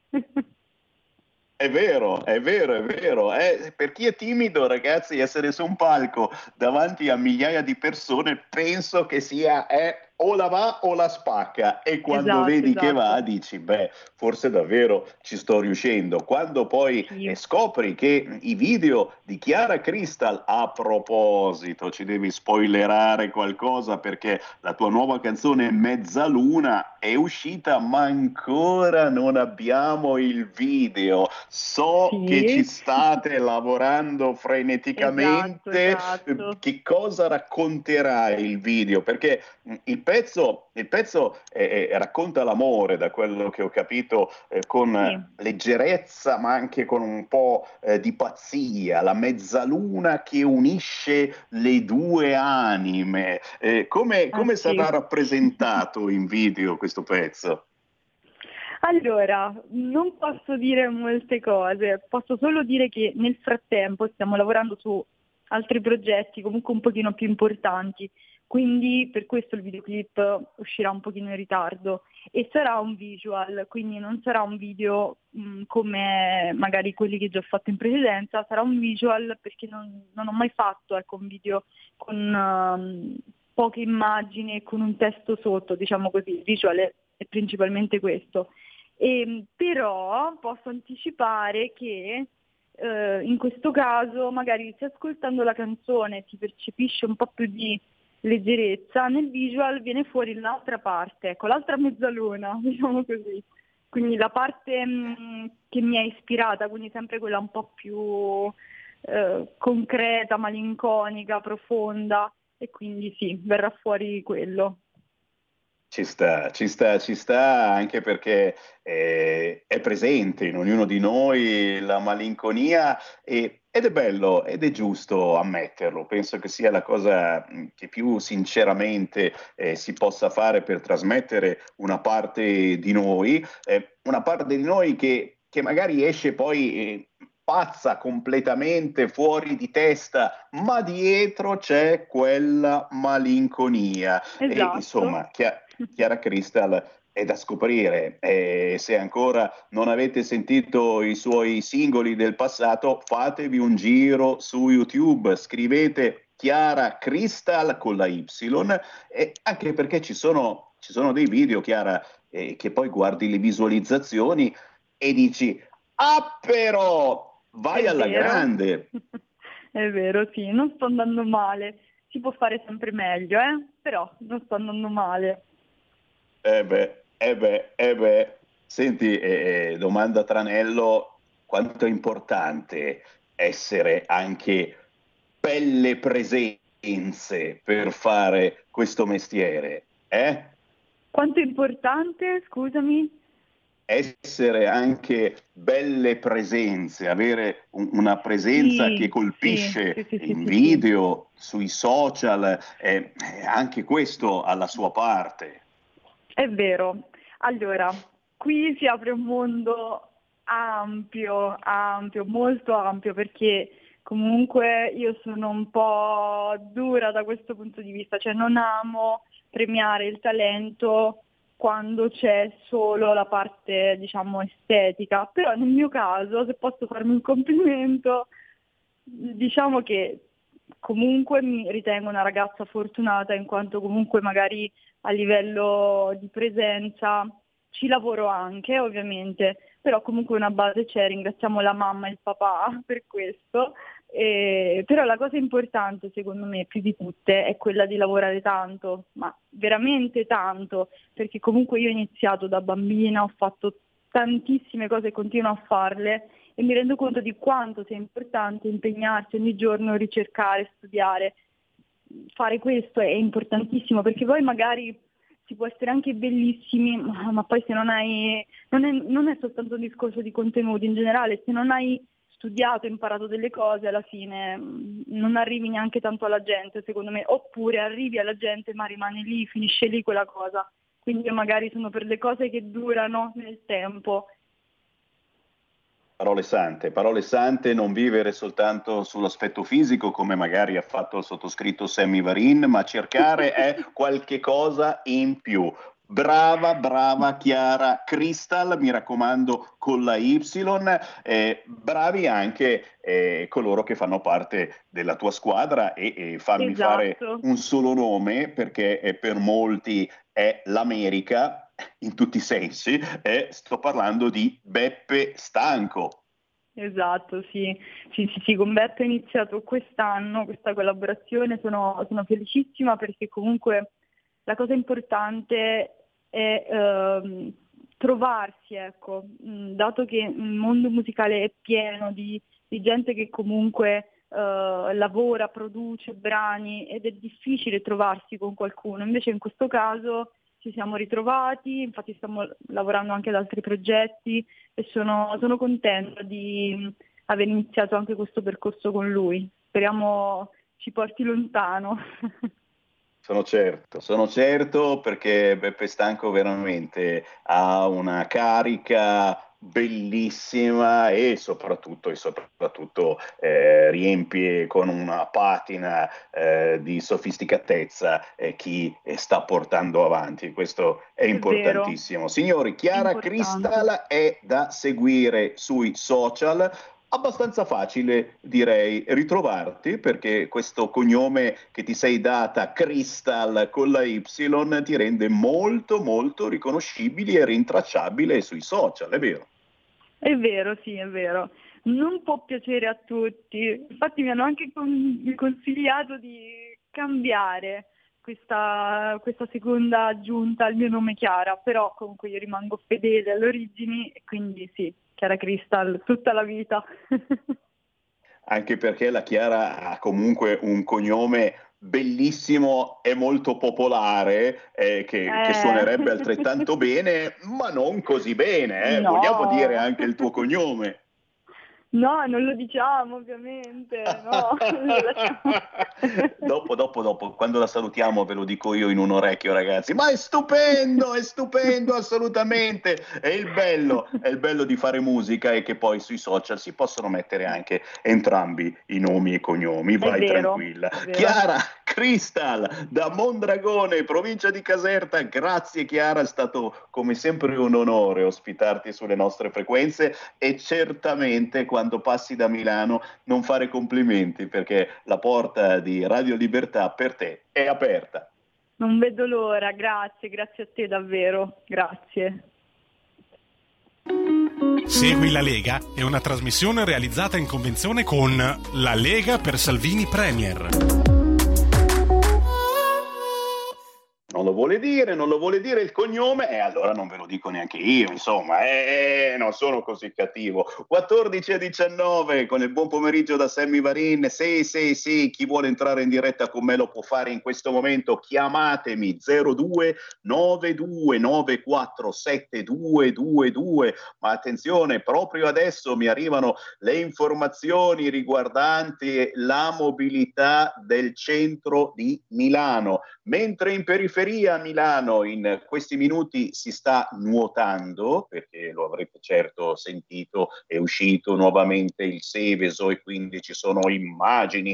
È vero, è vero, è vero. Eh, per chi è timido, ragazzi, essere su un palco davanti a migliaia di persone, penso che sia eh, o la va o la spacca. E quando Esatto, vedi che esatto. va, dici, beh, forse davvero ci sto riuscendo. Quando poi Sì. eh, scopri che i video di Chiara Crystal, a proposito, ci devi spoilerare qualcosa perché la tua nuova canzone Mezzaluna è uscita, ma ancora non abbiamo il video. So Sì. che ci state lavorando freneticamente. Esatto, esatto. Che cosa racconterà il video? Perché mh, il pezzo, il pezzo eh, eh, racconta l'amore, da quello che ho capito, eh, con Sì. leggerezza, ma anche con un po' eh, di pazzia, la mezzaluna che unisce le due anime. Eh, come come Ah, sì. sarà rappresentato in video questo pezzo? Allora, non posso dire molte cose, posso solo dire che nel frattempo stiamo lavorando su altri progetti comunque un pochino più importanti, quindi per questo il videoclip uscirà un pochino in ritardo e sarà un visual, quindi non sarà un video mh, come magari quelli che già ho fatto in precedenza, sarà un visual perché non, non ho mai fatto ecco, un video con um, poche immagini e con un testo sotto, diciamo così, il visual è, è principalmente questo. E, però posso anticipare che eh, in questo caso magari se ascoltando la canzone si percepisce un po' più di leggerezza, nel visual viene fuori l'altra parte, ecco, l'altra mezzaluna, diciamo così. Quindi la parte mh, che mi ha ispirata, quindi sempre quella un po' più eh, concreta, malinconica, profonda, e quindi sì, verrà fuori quello. Ci sta, ci sta, ci sta, anche perché eh, è presente in ognuno di noi la malinconia e Ed è bello, ed è giusto ammetterlo, penso che sia la cosa che più sinceramente eh, si possa fare per trasmettere una parte di noi, eh, una parte di noi che, che magari esce poi eh, pazza completamente fuori di testa, ma dietro c'è quella malinconia. Esatto. E insomma, Chia- Chiara Crystal è da scoprire. E se ancora non avete sentito i suoi singoli del passato, fatevi un giro su YouTube, scrivete Chiara Crystal con la Y, e anche perché ci sono, ci sono dei video, Chiara, eh, che poi guardi le visualizzazioni e dici ah però vai È alla vero. grande. È vero, sì, non sto andando male. Si può fare sempre meglio, eh? Però non sto andando male. Eh beh, eh beh, eh beh. Senti, eh, domanda tranello, quanto è importante essere anche belle presenze per fare questo mestiere, eh? Quanto è importante, scusami? Essere anche belle presenze, avere un- una presenza Sì, che colpisce sì, sì, sì, in sì, video, sui social, eh, eh, anche questo ha la sua parte. È vero. Allora, qui si apre un mondo ampio, ampio, molto ampio, perché comunque io sono un po' dura da questo punto di vista, cioè non amo premiare il talento quando c'è solo la parte, diciamo, estetica, però nel mio caso, se posso farmi un complimento, diciamo che comunque mi ritengo una ragazza fortunata, in quanto comunque magari a livello di presenza ci lavoro anche, ovviamente, però comunque una base c'è, ringraziamo la mamma e il papà per questo. Eh, però la cosa importante, secondo me, più di tutte, è quella di lavorare tanto, ma veramente tanto, perché comunque io ho iniziato da bambina, ho fatto tantissime cose e continuo a farle, e mi rendo conto di quanto sia importante impegnarsi ogni giorno, ricercare, studiare. Fare questo è importantissimo, perché poi magari si può essere anche bellissimi, ma, ma poi se non hai, non è, non è soltanto un discorso di contenuti in generale, se non hai studiato, imparato delle cose, alla fine mh, non arrivi neanche tanto alla gente, secondo me, oppure arrivi alla gente ma rimane lì, finisce lì quella cosa. Quindi io magari sono per le cose che durano nel tempo. Parole sante, parole sante, non vivere soltanto sull'aspetto fisico come magari ha fatto il sottoscritto Sammy Varin, ma cercare è qualche cosa in più. Brava, brava Chiara Crystal, mi raccomando con la Y, eh, bravi anche eh, coloro che fanno parte della tua squadra e, e fammi Esatto. fare un solo nome perché eh, per molti è l'America in tutti i sensi, e sto parlando di Beppe Stanco. Esatto, sì. Sì, sì, sì, con Beppe ho iniziato quest'anno questa collaborazione, sono, sono felicissima perché comunque la cosa importante è ehm, trovarsi, ecco, mh, dato che il mondo musicale è pieno di, di gente che comunque eh, lavora, produce brani, ed è difficile trovarsi con qualcuno, invece in questo caso ci siamo ritrovati, infatti stiamo lavorando anche ad altri progetti e sono, sono contenta di aver iniziato anche questo percorso con lui. Speriamo ci porti lontano. Sono certo, sono certo perché Beppe Stanco veramente ha una carica bellissima e soprattutto, e soprattutto eh, riempie con una patina eh, di sofisticatezza eh, chi sta portando avanti. Questo è importantissimo. Signori, Chiara Crystal è da seguire sui social. Abbastanza facile, direi, ritrovarti perché questo cognome che ti sei data, Crystal con la Y, ti rende molto molto riconoscibile e rintracciabile sui social, è vero? È vero, sì, è vero. Non può piacere a tutti, infatti mi hanno anche con- consigliato di cambiare questa, questa seconda aggiunta al mio nome Chiara, però comunque io rimango fedele alle origini e quindi sì, Chiara Crystal tutta la vita. Anche perché la Chiara ha comunque un cognome bellissimo e molto popolare eh, che, Eh. che suonerebbe altrettanto bene, ma non così bene, eh? No. Vogliamo dire anche il tuo cognome? No, non lo diciamo ovviamente, no. dopo, dopo, dopo, quando la salutiamo ve lo dico io in un orecchio, ragazzi. Ma è stupendo, è stupendo assolutamente. È il bello, è il bello di fare musica e che poi sui social si possono mettere anche entrambi i nomi e cognomi. Vai vero, tranquilla. Chiara Crystal da Mondragone, provincia di Caserta. Grazie Chiara, è stato come sempre un onore ospitarti sulle nostre frequenze e certamente quando passi da Milano non fare complimenti perché la porta di Radio Libertà per te è aperta. Non vedo l'ora, grazie, grazie a te davvero, grazie. Segui la Lega è una trasmissione realizzata in convenzione con La Lega per Salvini Premier. Non lo vuole dire, non lo vuole dire il cognome e allora non ve lo dico neanche io, insomma, eh, non sono così cattivo. quattordici e diciannove con il buon pomeriggio da Sammy Varin. Sì, sì, sì, chi vuole entrare in diretta con me lo può fare in questo momento. Chiamatemi zero due nove due nove quattro sette due due due. Ma attenzione, proprio adesso mi arrivano le informazioni riguardanti la mobilità del centro di Milano. Mentre in periferia a Milano in questi minuti si sta nuotando, perché lo avrete certo sentito, è uscito nuovamente il Seveso e quindi ci sono immagini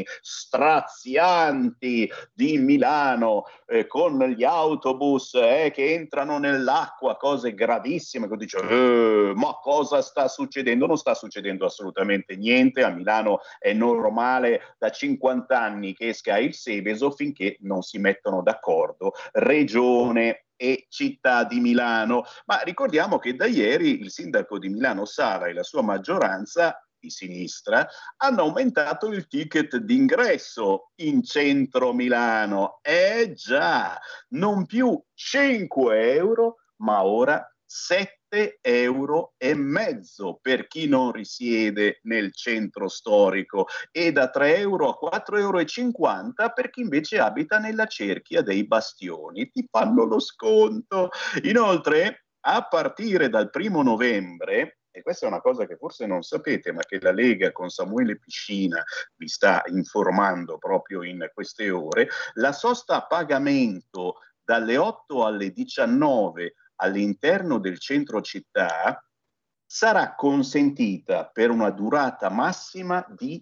strazianti di Milano eh, con gli autobus eh, che entrano nell'acqua, cose gravissime, che dice eh, ma cosa sta succedendo? Non sta succedendo assolutamente niente, a Milano è normale da cinquanta anni che esca il Seveso finché non si mettono d'accordo regione e città di Milano. Ma ricordiamo che da ieri il sindaco di Milano Sala e la sua maggioranza di sinistra hanno aumentato il ticket d'ingresso in centro Milano. Eh già, non più cinque euro, ma ora sette euro e mezzo per chi non risiede nel centro storico e da tre euro a quattro euro e cinquanta per chi invece abita nella cerchia dei Bastioni. Ti fanno lo sconto. Inoltre, a partire dal primo novembre, e questa è una cosa che forse non sapete, ma che la Lega con Samuele Piscina vi sta informando proprio in queste ore, la sosta a pagamento dalle otto alle diciannove all'interno del centro città sarà consentita per una durata massima di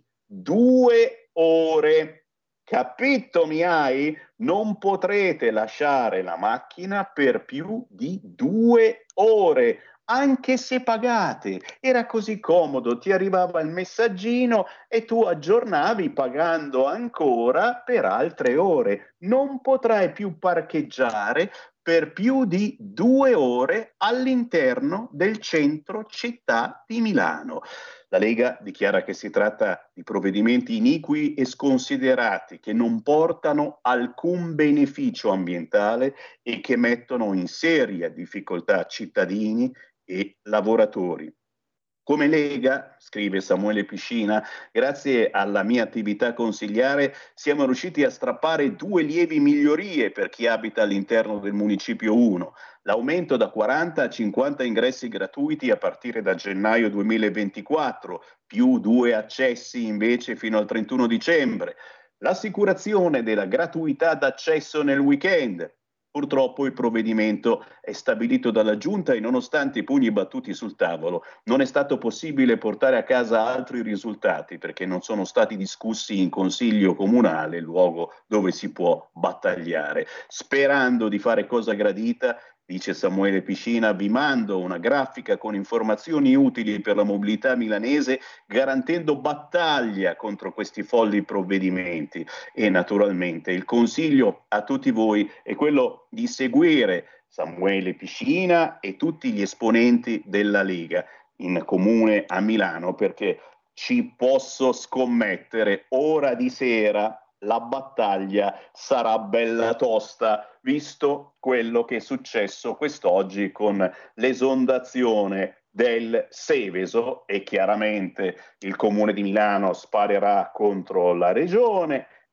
due ore. Capito mi hai? Non potrete lasciare la macchina per più di due ore, anche se pagate. Era così comodo, ti arrivava il messaggino e tu aggiornavi pagando ancora per altre ore. Non potrai più parcheggiare per più di due ore all'interno del centro città di Milano. La Lega dichiara che si tratta di provvedimenti iniqui e sconsiderati che non portano alcun beneficio ambientale e che mettono in seria difficoltà cittadini e lavoratori. Come Lega, scrive Samuele Piscina, grazie alla mia attività consigliare siamo riusciti a strappare due lievi migliorie per chi abita all'interno del Municipio uno. L'aumento da quaranta a cinquanta ingressi gratuiti a partire da gennaio duemilaventiquattro, più due accessi invece fino al trentuno dicembre. L'assicurazione della gratuità d'accesso nel weekend. Purtroppo il provvedimento è stabilito dalla Giunta e nonostante i pugni battuti sul tavolo non è stato possibile portare a casa altri risultati perché non sono stati discussi in Consiglio Comunale, luogo dove si può battagliare. Sperando di fare cosa gradita, dice Samuele Piscina, vi mando una grafica con informazioni utili per la mobilità milanese, garantendo battaglia contro questi folli provvedimenti. E naturalmente il consiglio a tutti voi è quello di seguire Samuele Piscina e tutti gli esponenti della Lega in comune a Milano, perché ci posso scommettere, ora di sera la battaglia sarà bella tosta, visto quello che è successo quest'oggi con l'esondazione del Seveso e chiaramente il Comune di Milano sparerà contro la Regione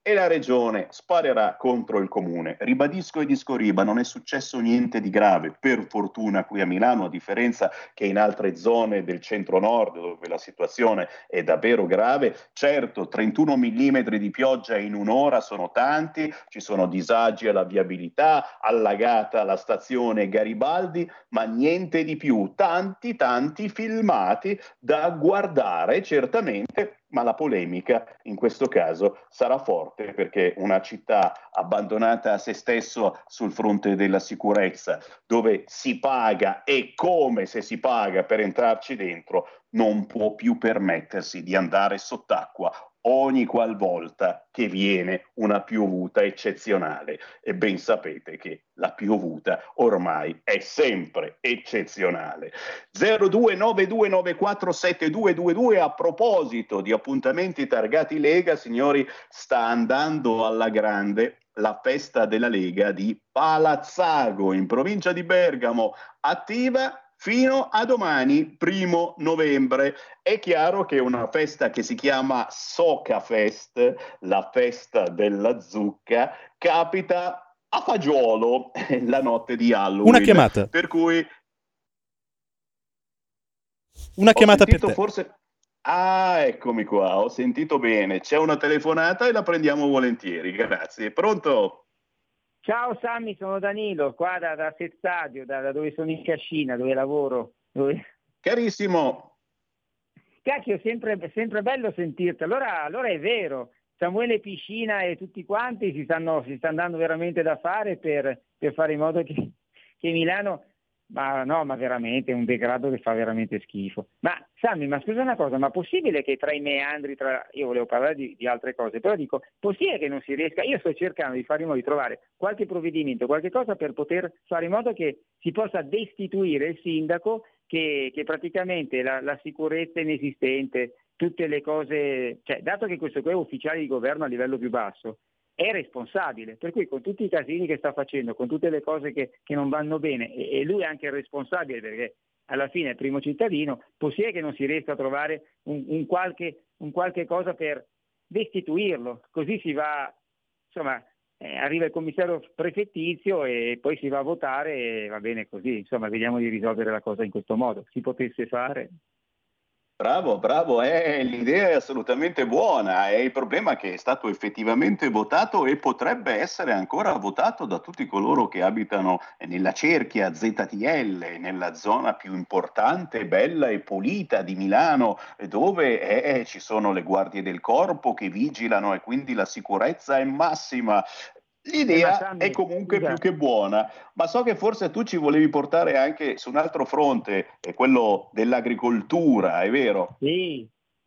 e la regione sparerà contro il comune. Ribadisco e discoriba, non è successo niente di grave, per fortuna qui a Milano, a differenza che in altre zone del centro-nord dove la situazione è davvero grave. Certo, trentuno millimetri di pioggia in un'ora sono tanti, ci sono disagi alla viabilità, allagata la stazione Garibaldi, ma niente di più. Tanti, tanti filmati da guardare, certamente, ma la polemica in questo caso sarà forte perché una città abbandonata a se stesso sul fronte della sicurezza, dove si paga e come se si paga per entrarci dentro, non può più permettersi di andare sott'acqua ogni qualvolta che viene una piovuta eccezionale. E ben sapete che la piovuta ormai è sempre eccezionale. zero due nove due nove quattro sette due due due. A proposito di appuntamenti targati Lega, signori, sta andando alla grande la festa della Lega di Palazzago in provincia di Bergamo, attiva fino a domani, primo novembre. È chiaro che una festa che si chiama Soca Fest, la festa della zucca, capita a fagiolo la notte di Halloween. Una chiamata. Per cui Una chiamata per te. Forse... Ah, eccomi qua, ho sentito bene. C'è una telefonata e la prendiamo volentieri, grazie. Pronto? Ciao Sammy, sono Danilo, qua da, da Sezzadio, da, da dove sono in cascina, dove lavoro. Dove... Carissimo. Cacchio, sempre, sempre bello sentirti. Allora, allora è vero, Samuele Piscina e tutti quanti si stanno, si stanno dando veramente da fare per, per fare in modo che, che Milano... Ma no, ma veramente è un degrado che fa veramente schifo. Ma Sammy, ma scusa una cosa, ma possibile che tra i meandri, tra... io volevo parlare di, di altre cose, però dico, possibile che non si riesca, io sto cercando di fare in modo di trovare qualche provvedimento, qualche cosa per poter fare in modo che si possa destituire il sindaco, che, che praticamente la, la sicurezza inesistente, tutte le cose, cioè dato che questo qui è ufficiale di governo a livello più basso, è responsabile, per cui con tutti i casini che sta facendo, con tutte le cose che, che non vanno bene, e, e lui è anche il responsabile perché alla fine è il primo cittadino, possibile che non si riesca a trovare un, un, qualche, un qualche cosa per destituirlo, così si va, insomma, eh, arriva il commissario prefettizio e poi si va a votare e va bene così, insomma, vediamo di risolvere la cosa in questo modo, si potesse fare... Bravo, bravo, eh, l'idea è assolutamente buona, è il problema che è stato effettivamente votato e potrebbe essere ancora votato da tutti coloro che abitano nella cerchia Z T L, nella zona più importante, bella e pulita di Milano, dove eh, ci sono le guardie del corpo che vigilano e quindi la sicurezza è massima. L'idea è comunque più che buona, ma so che forse tu ci volevi portare anche su un altro fronte, è quello dell'agricoltura, è vero? Sì,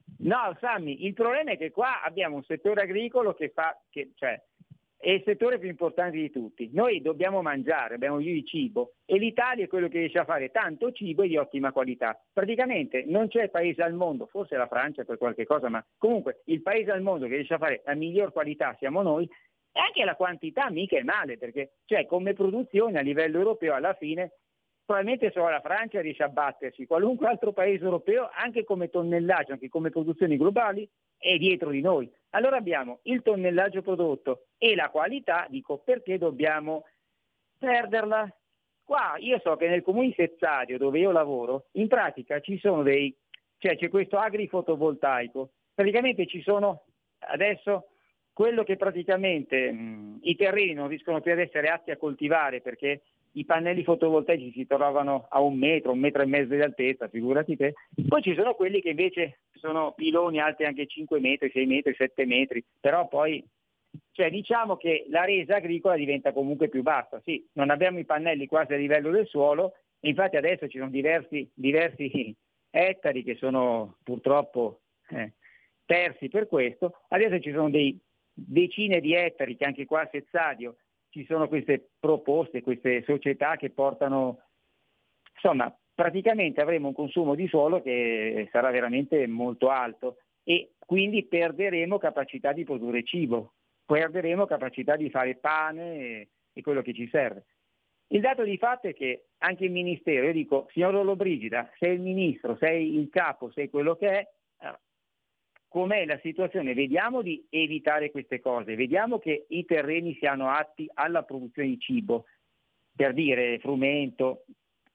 no Sammy, il problema è che qua abbiamo un settore agricolo che fa, che, cioè, è il settore più importante di tutti. Noi dobbiamo mangiare, abbiamo bisogno di cibo e l'Italia è quello che riesce a fare tanto cibo e di ottima qualità. Praticamente non c'è paese al mondo, forse la Francia per qualche cosa, ma comunque il paese al mondo che riesce a fare la miglior qualità siamo noi. E anche la quantità mica è male, perché cioè come produzione a livello europeo alla fine probabilmente solo la Francia riesce a battersi, qualunque altro paese europeo anche come tonnellaggio, anche come produzioni globali è dietro di noi. Allora abbiamo il tonnellaggio prodotto e la qualità, dico perché dobbiamo perderla? Qua io so che nel comune di Sezzadio dove io lavoro in pratica ci sono dei, cioè c'è questo agrifotovoltaico, praticamente ci sono adesso quello che praticamente mh, i terreni non riescono più ad essere atti a coltivare perché i pannelli fotovoltaici si trovano a un metro, un metro e mezzo di altezza, figurati te. Poi ci sono quelli che invece sono piloni alti anche cinque metri, sei metri, sette metri, però poi cioè diciamo che la resa agricola diventa comunque più bassa. Sì, non abbiamo i pannelli quasi a livello del suolo, infatti adesso ci sono diversi, diversi ettari che sono purtroppo eh, persi per questo, adesso ci sono dei decine di ettari che anche qua a Sezzadio ci sono queste proposte, queste società che portano, insomma, praticamente avremo un consumo di suolo che sarà veramente molto alto e quindi perderemo capacità di produrre cibo, perderemo capacità di fare pane e, e quello che ci serve. Il dato di fatto è che anche il Ministero, io dico, signor Lollobrigida, sei il Ministro, sei il capo, sei quello che è, com'è la situazione, vediamo di evitare queste cose, vediamo che i terreni siano atti alla produzione di cibo, per dire frumento,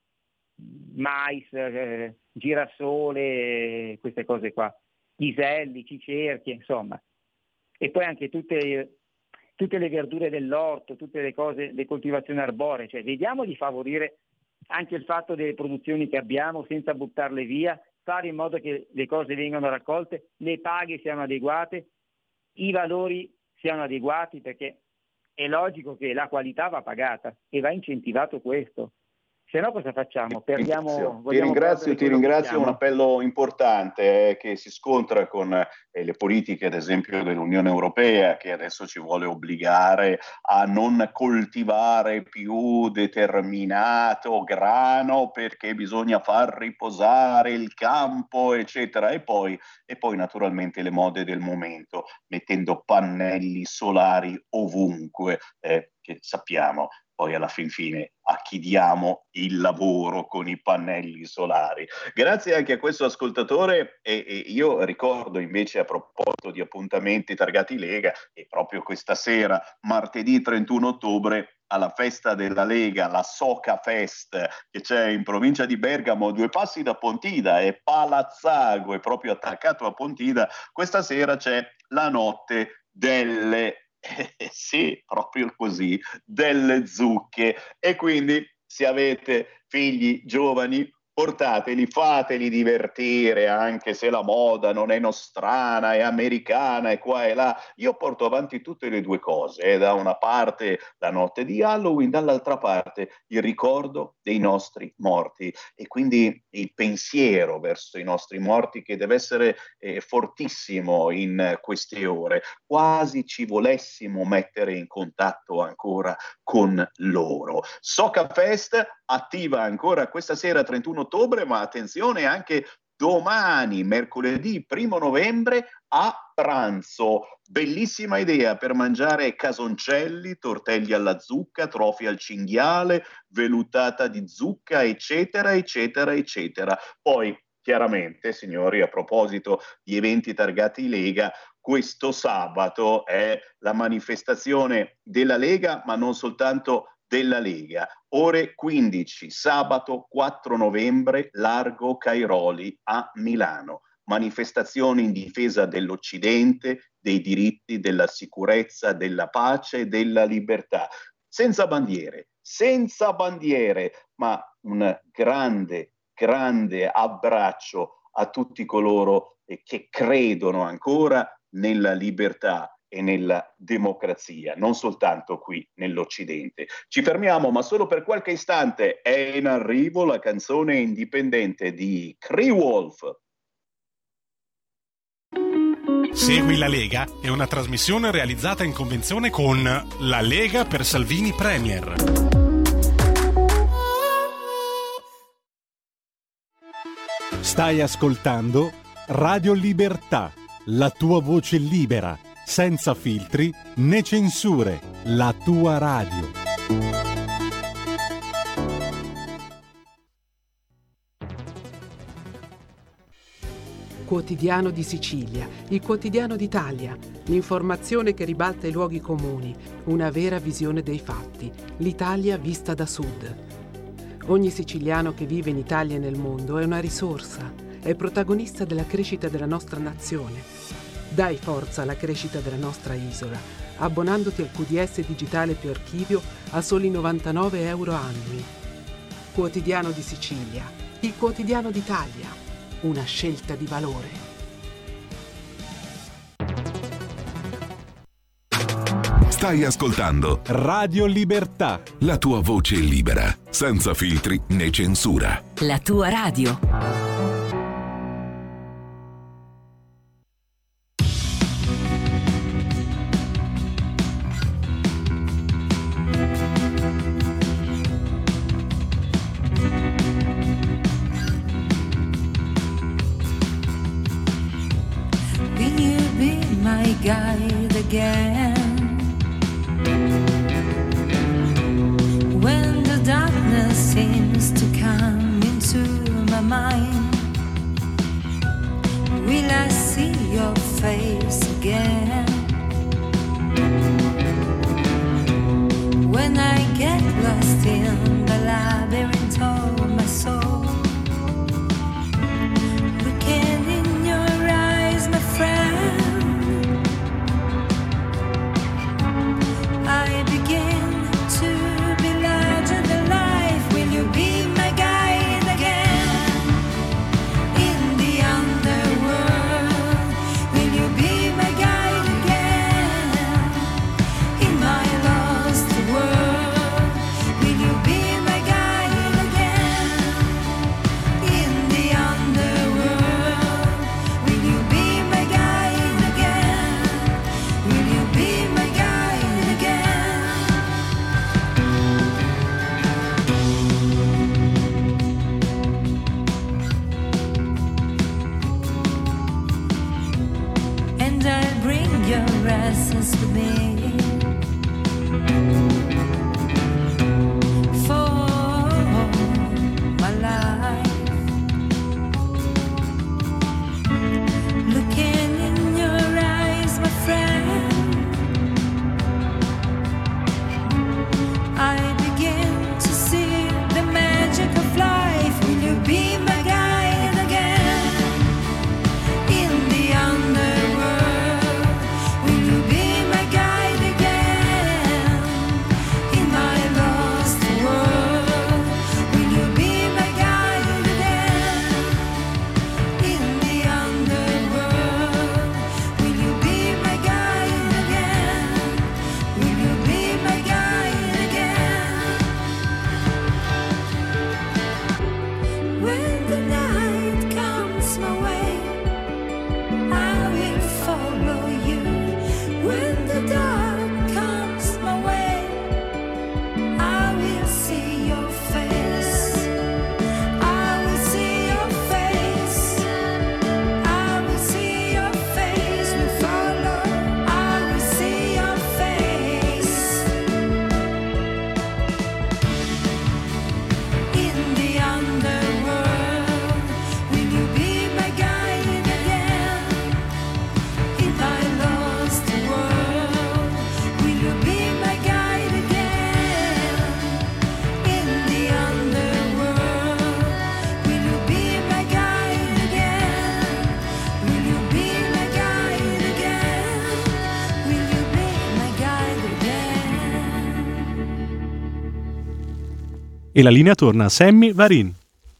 mais, eh, girasole, queste cose qua, piselli, cicerchie, insomma. E poi anche tutte, tutte le verdure dell'orto, tutte le cose, le coltivazioni arboree, cioè vediamo di favorire anche il fatto delle produzioni che abbiamo senza buttarle via, fare in modo che le cose vengano raccolte, le paghe siano adeguate, i valori siano adeguati, perché è logico che la qualità va pagata e va incentivato questo. Se no cosa facciamo? Perdiamo, ti ringrazio, ti ringrazio, è un appello importante eh, che si scontra con eh, le politiche ad esempio dell'Unione Europea, che adesso ci vuole obbligare a non coltivare più determinato grano perché bisogna far riposare il campo, eccetera, e poi, e poi naturalmente le mode del momento, mettendo pannelli solari ovunque, eh, che sappiamo poi alla fin fine a chi diamo il lavoro con i pannelli solari. Grazie anche a questo ascoltatore e, e io ricordo invece, a proposito di appuntamenti targati Lega, che proprio questa sera, martedì trentuno ottobre, alla festa della Lega, la Soca Fest, che c'è in provincia di Bergamo, due passi da Pontida, e Palazzago è proprio attaccato a Pontida, questa sera c'è la notte delle Eh, sì, proprio così, delle zucche. E quindi se avete figli giovani, portateli, fateli divertire, anche se la moda non è nostrana, è americana, e qua e là. Io porto avanti tutte le due cose, eh. Da una parte la notte di Halloween, dall'altra parte il ricordo dei nostri morti, e quindi il pensiero verso i nostri morti, che deve essere eh, fortissimo in queste ore, quasi ci volessimo mettere in contatto ancora con loro. Soca Fest attiva ancora questa sera trentuno ottobre, ma attenzione anche domani, mercoledì primo novembre, a pranzo. Bellissima idea per mangiare casoncelli, tortelli alla zucca, trofi al cinghiale, velutata di zucca, eccetera, eccetera, eccetera. Poi, chiaramente, signori, a proposito di eventi targati Lega, questo sabato è la manifestazione della Lega, ma non soltanto della Lega. Ore quindici, sabato quattro novembre, Largo Cairoli a Milano. Manifestazioni in difesa dell'Occidente, dei diritti, della sicurezza, della pace e della libertà. Senza bandiere, senza bandiere, ma un grande, grande abbraccio a tutti coloro che credono ancora nella libertà e nella democrazia, non soltanto qui nell'Occidente. Ci fermiamo, ma solo per qualche istante. È in arrivo la canzone indipendente di Cree Wolf. Segui la Lega è una trasmissione realizzata in convenzione con La Lega per Salvini Premier. Stai ascoltando Radio Libertà, la tua voce libera, senza filtri né censure, la tua radio. Quotidiano di Sicilia, il quotidiano d'Italia, l'informazione che ribalta i luoghi comuni, una vera visione dei fatti, l'Italia vista da sud. Ogni siciliano che vive in Italia e nel mondo è una risorsa, è protagonista della crescita della nostra nazione. Dai forza alla crescita della nostra isola, abbonandoti al Q D S digitale più archivio a soli novantanove euro annui. Quotidiano di Sicilia, il quotidiano d'Italia, una scelta di valore. Stai ascoltando Radio Libertà, la tua voce libera, senza filtri né censura. La tua radio. Guide again when the darkness seems to come into my mind. get lost in the labyrinth of my soul. Looking in your eyes, my friend, I begin to be larger than life. Will you be my guide again in the underworld? Will you be my guide again in my lost world? Will you be my guide again in the underworld? Will you be my guide again? Will you be my guide again? And I'll bring your essence with me for my life. Looking in your eyes, my friend, I begin to see the magic of life. Will you be my guide again in the underworld? Will you be my guide again in my lost world? Will you be my guide again in the underworld? Will you be my guide again? Will you be my guide again? When the night comes my way, I will follow you. When the dark comes my way, I will see your face. I will see your face. I will see your face. We follow. I will see your face in the underworld. Will you be my guide again in my lost world? Will you be my guide again in the underworld? Will you be my guide again? Will you be my guide again? Will you be my guide again? E la linea torna a Sammy Varin.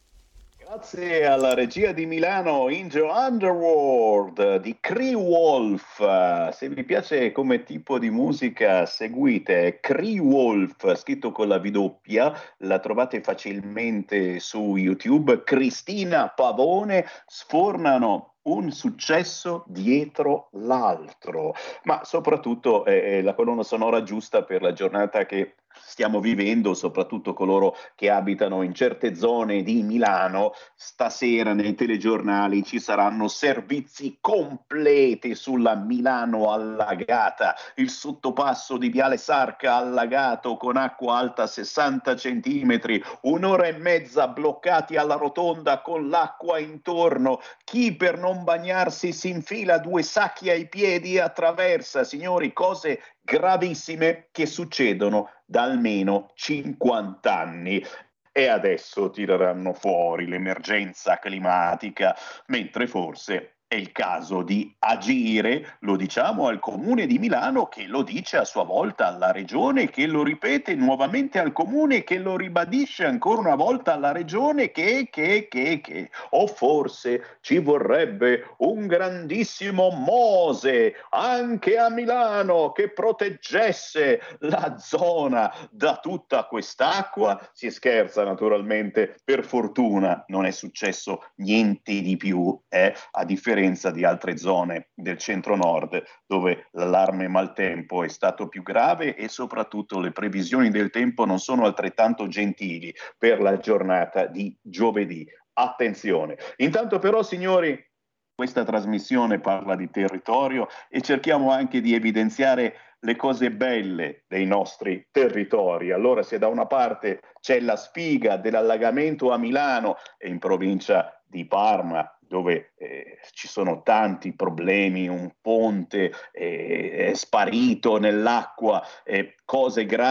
Grazie alla regia di Milano, In the Underworld di Cree Wolf. Se vi piace come tipo di musica, seguite Cree Wolf, scritto con la V doppia, la trovate facilmente su YouTube. Cristina Pavone sfornano un successo dietro l'altro, ma soprattutto è la colonna sonora giusta per la giornata che stiamo vivendo, soprattutto coloro che abitano in certe zone di Milano. Stasera nei telegiornali ci saranno servizi completi sulla Milano allagata, il sottopasso di Viale Sarca allagato con acqua alta sessanta centimetri, un'ora e mezza bloccati alla rotonda con l'acqua intorno, chi per non bagnarsi si infila due sacchi ai piedi e attraversa. Signori, cose gravissime che succedono da almeno cinquanta anni. E adesso tireranno fuori l'emergenza climatica, mentre forse è il caso di agire. Lo diciamo al Comune di Milano, che lo dice a sua volta alla Regione, che lo ripete nuovamente al Comune, che lo ribadisce ancora una volta alla Regione, che, che, che, che. O forse ci vorrebbe un grandissimo Mose anche a Milano che proteggesse la zona da tutta quest'acqua. Si scherza naturalmente, per fortuna non è successo niente di più, eh? A differenza di altre zone del centro-nord dove l'allarme maltempo è stato più grave e soprattutto le previsioni del tempo non sono altrettanto gentili per la giornata di giovedì. Attenzione. Intanto però, signori, questa trasmissione parla di territorio e cerchiamo anche di evidenziare le cose belle dei nostri territori. Allora, se da una parte c'è la sfiga dell'allagamento a Milano e in provincia di Parma, dove eh, ci sono tanti problemi, un ponte eh, è sparito nell'acqua, eh, cose gravi,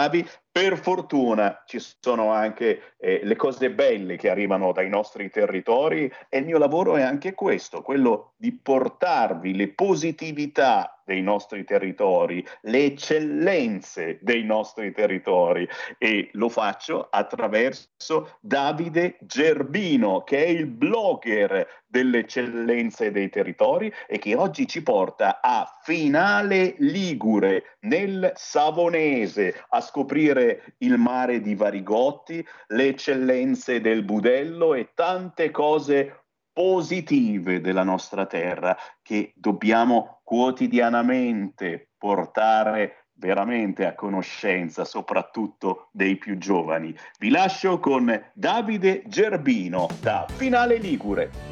Per fortuna ci sono anche eh, le cose belle che arrivano dai nostri territori e il mio lavoro è anche questo, quello di portarvi le positività dei nostri territori, le eccellenze dei nostri territori, e lo faccio attraverso Davide Gerbino, che è il blogger delle eccellenze dei territori e che oggi ci porta a Finale Ligure, nel Savonese, a scoprire il mare di Varigotti, le eccellenze del Budello e tante cose positive della nostra terra che dobbiamo quotidianamente portare veramente a conoscenza, soprattutto dei più giovani. Vi lascio con Davide Gerbino da Finale Ligure.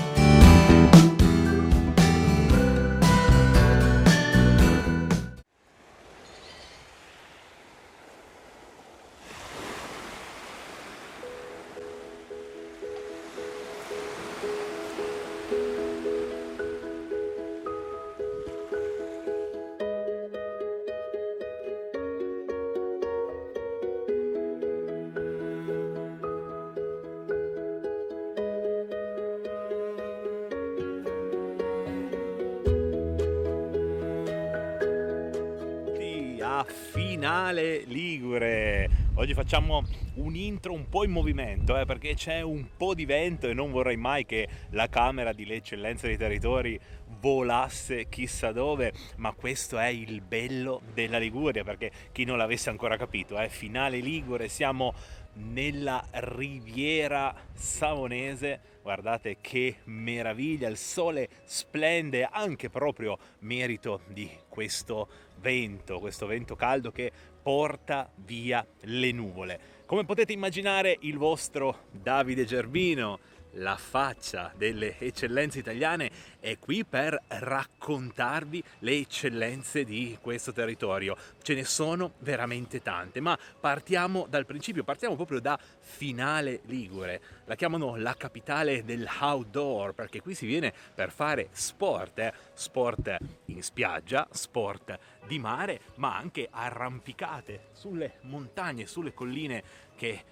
Finale Ligure. Oggi facciamo un intro un po' in movimento eh, perché c'è un po' di vento e non vorrei mai che la camera di Le Eccellenze dei Territori volasse chissà dove, ma questo è il bello della Liguria, perché chi non l'avesse ancora capito, eh, Finale Ligure, siamo nella Riviera Savonese. Guardate che meraviglia, il sole splende, anche proprio merito di questo vento, questo vento caldo che porta via le nuvole. Come potete immaginare, il vostro Davide Gerbino, la faccia delle eccellenze italiane, è qui per raccontarvi le eccellenze di questo territorio. Ce ne sono veramente tante, ma partiamo dal principio, partiamo proprio da Finale Ligure. La chiamano la capitale dell'outdoor perché qui si viene per fare sport, eh? sport in spiaggia, sport di mare, ma anche arrampicate sulle montagne, sulle colline che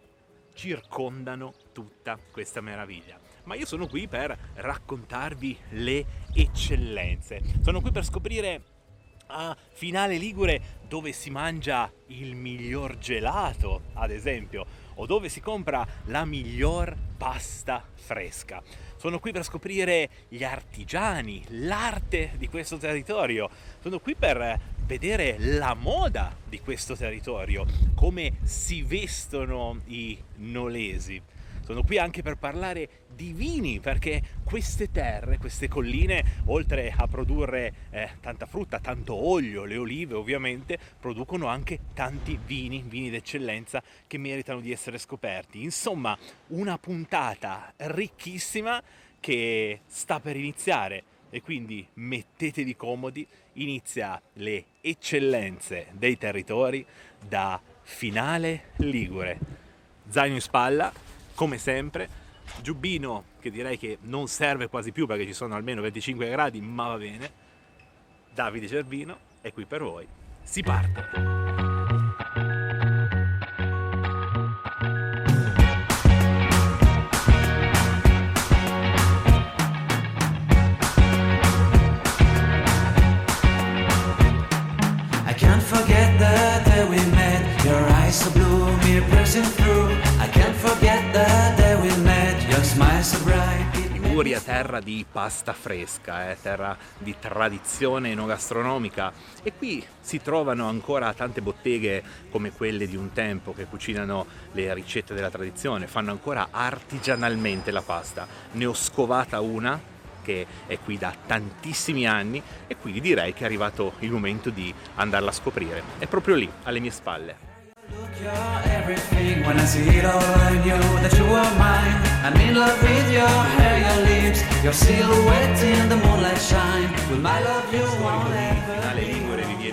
circondano tutta questa meraviglia. Ma io sono qui per raccontarvi le eccellenze. Sono qui per scoprire a Finale Ligure dove si mangia il miglior gelato, ad esempio, o dove si compra la miglior pasta fresca. Sono qui per scoprire gli artigiani, l'arte di questo territorio. Sono qui per vedere la moda di questo territorio, come si vestono i nolesi. Sono qui anche per parlare di vini, perché queste terre, queste colline, oltre a produrre eh, tanta frutta, tanto olio, le olive ovviamente, producono anche tanti vini, vini d'eccellenza che meritano di essere scoperti. Insomma, una puntata ricchissima che sta per iniziare e quindi mettetevi comodi, inizia Le Eccellenze dei Territori da Finale Ligure. Zaino in spalla, come sempre, giubbino che direi che non serve quasi più perché ci sono almeno venticinque gradi, ma va bene. Davide Gerbino è qui per voi. Si parte! So blue, me pressing through. I can't forget the day we met. Your smile so bright. Liguria, terra di pasta fresca, eh, terra di tradizione enogastronomica, e qui si trovano ancora tante botteghe come quelle di un tempo che cucinano le ricette della tradizione, fanno ancora artigianalmente la pasta. Ne ho scovata una che è qui da tantissimi anni e quindi direi che è arrivato il momento di andarla a scoprire. È proprio lì, alle mie spalle. You're everything. When I see it all, I knew that you were mine. I'm in love with your hair, your lips, your silhouette in the moonlight shine. With my love you won't ever. Finale Ligure vi viene voglia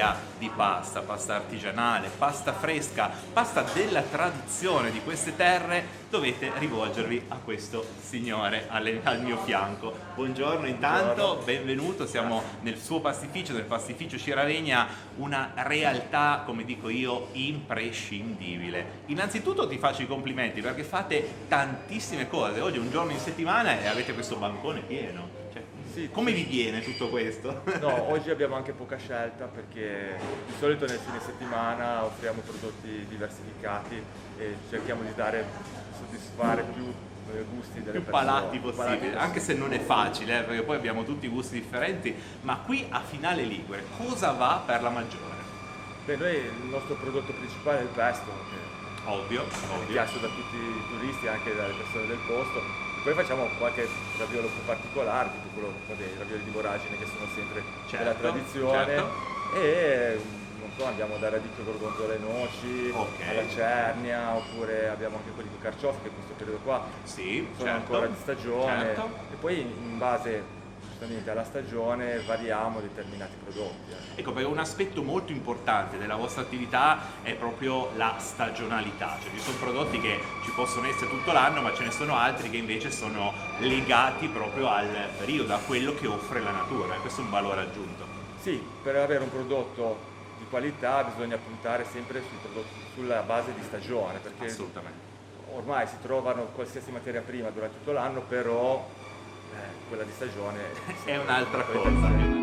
voglia di pasta, pasta artigianale, pasta fresca, pasta della tradizione di queste terre, dovete rivolgervi a questo signore alle, al mio fianco. Buongiorno intanto, Buongiorno. benvenuto, siamo nel suo pastificio, nel pastificio Ciravegna, una realtà, come dico io, imprescindibile. Innanzitutto ti faccio i complimenti perché fate tantissime cose, oggi è un giorno in settimana e avete questo bancone pieno. Cioè, sì, come vi viene tutto questo? No, oggi abbiamo anche poca scelta perché di solito nel fine settimana offriamo prodotti diversificati e cerchiamo di dare, soddisfare più eh, gusti delle più persone. palati più possibile, palati anche se non è facile, eh, perché poi abbiamo tutti gusti differenti, ma qui a Finale Ligure cosa va per la maggiore? Beh, noi il nostro prodotto principale è il pesto, che ovvio, è ovvio. chiesto da tutti i turisti, anche dalle persone del posto. Poi facciamo qualche raviolo più particolare, tipo quello, vabbè, i ravioli di voragine che sono sempre certo, della tradizione, certo. e non so, andiamo da radicchio gorgonzola e noci, okay. alla cernia, oppure abbiamo anche quelli con carciofi che in questo periodo qua sì, sono certo, ancora di stagione, certo. e poi in base giustamente alla stagione variamo determinati prodotti. Eh. Ecco, perché un aspetto molto importante della vostra attività è proprio la stagionalità, cioè ci sono prodotti che ci possono essere tutto l'anno, ma ce ne sono altri che invece sono legati proprio al periodo, a quello che offre la natura, e questo è un valore aggiunto. Sì, per avere un prodotto di qualità bisogna puntare sempre sui prodotti, sulla base di stagione, perché assolutamente. Ormai si trovano qualsiasi materia prima durante tutto l'anno, però eh, quella di stagione è un'altra cosa.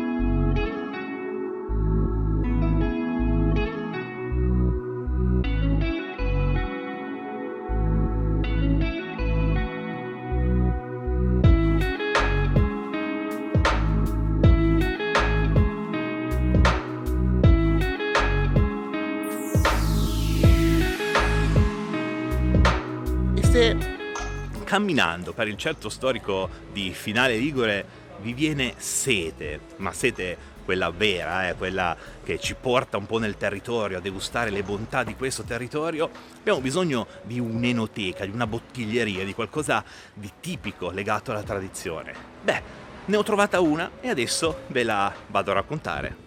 Camminando per il centro storico di Finale Ligure vi viene sete, ma sete quella vera, eh, quella che ci porta un po' nel territorio, a degustare le bontà di questo territorio. Abbiamo bisogno di un'enoteca, di una bottiglieria, di qualcosa di tipico legato alla tradizione. Beh, ne ho trovata una e adesso ve la vado a raccontare.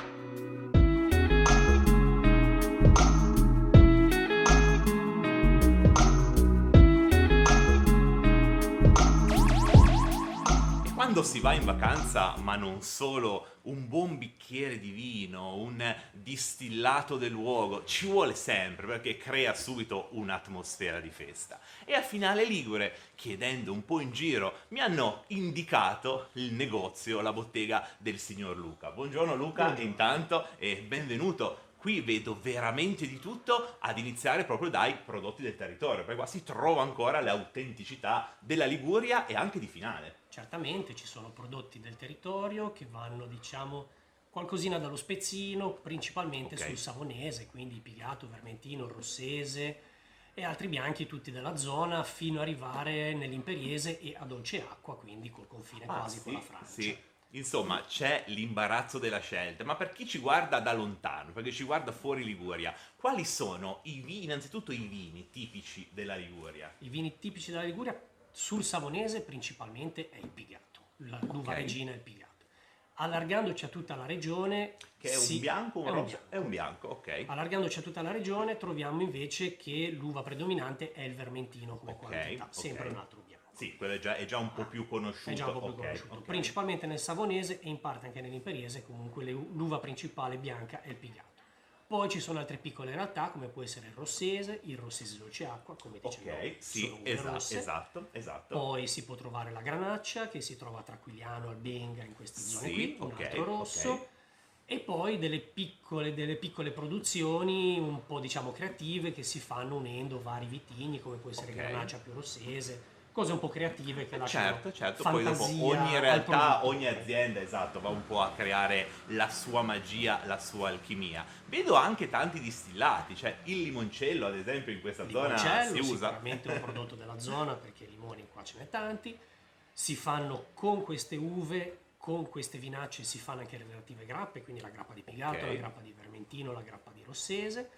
Quando si va in vacanza, ma non solo, un buon bicchiere di vino, un distillato del luogo, ci vuole sempre perché crea subito un'atmosfera di festa. E a Finale Ligure, chiedendo un po' in giro, mi hanno indicato il negozio, la bottega del signor Luca. Buongiorno Luca, Buongiorno. Intanto, e benvenuto. Qui vedo veramente di tutto, ad iniziare proprio dai prodotti del territorio, perché qua si trova ancora l'autenticità della Liguria e anche di Finale. Certamente ci sono prodotti del territorio che vanno, diciamo, qualcosina dallo spezzino, principalmente okay. sul savonese, quindi pigato, vermentino, rossese e altri bianchi tutti della zona, fino ad arrivare nell'imperiese e a dolce acqua, quindi col confine ah, quasi sì, con la Francia. Sì. Insomma, c'è l'imbarazzo della scelta, ma per chi ci guarda da lontano, perché ci guarda fuori Liguria, quali sono i vini, innanzitutto i vini tipici della Liguria? I vini tipici della Liguria sul savonese principalmente è il pigato, l'uva okay. regina e il pigato. Allargandoci a tutta la regione... Che è un sì, bianco o un è rosso? Un bianco. È un bianco, ok. Allargandoci a tutta la regione troviamo invece che l'uva predominante è il vermentino come okay, quantità, okay. sempre un altro bianco. Sì, quello è già, è già un po' più conosciuto. È già un po' più okay, conosciuto, okay. principalmente nel savonese e in parte anche nell'imperiese, comunque le, l'uva principale bianca è il pigato. Poi ci sono altre piccole realtà come può essere il rossese, il rossese dolce acqua, come dicevo, okay, sì, sono uve esatto, rosse. esatto, esatto. Poi si può trovare la granaccia che si trova tra Quigliano e Albenga in queste zone sì, qui, un okay, altro rosso. Okay. E poi delle piccole, delle piccole produzioni un po' diciamo creative che si fanno unendo vari vitigni come può essere okay. granaccia più rossese. Cose un po' creative che lasciano certo, certo. Poi dopo ogni realtà, ogni azienda, esatto, va un po' a creare la sua magia, la sua alchimia. Vedo anche tanti distillati, cioè il limoncello ad esempio in questa zona si usa. Sicuramente un prodotto della zona perché limoni qua ce n'è tanti. Si fanno con queste uve, con queste vinacce si fanno anche le relative grappe, quindi la grappa di pigato, okay. la grappa di vermentino, la grappa di rossese.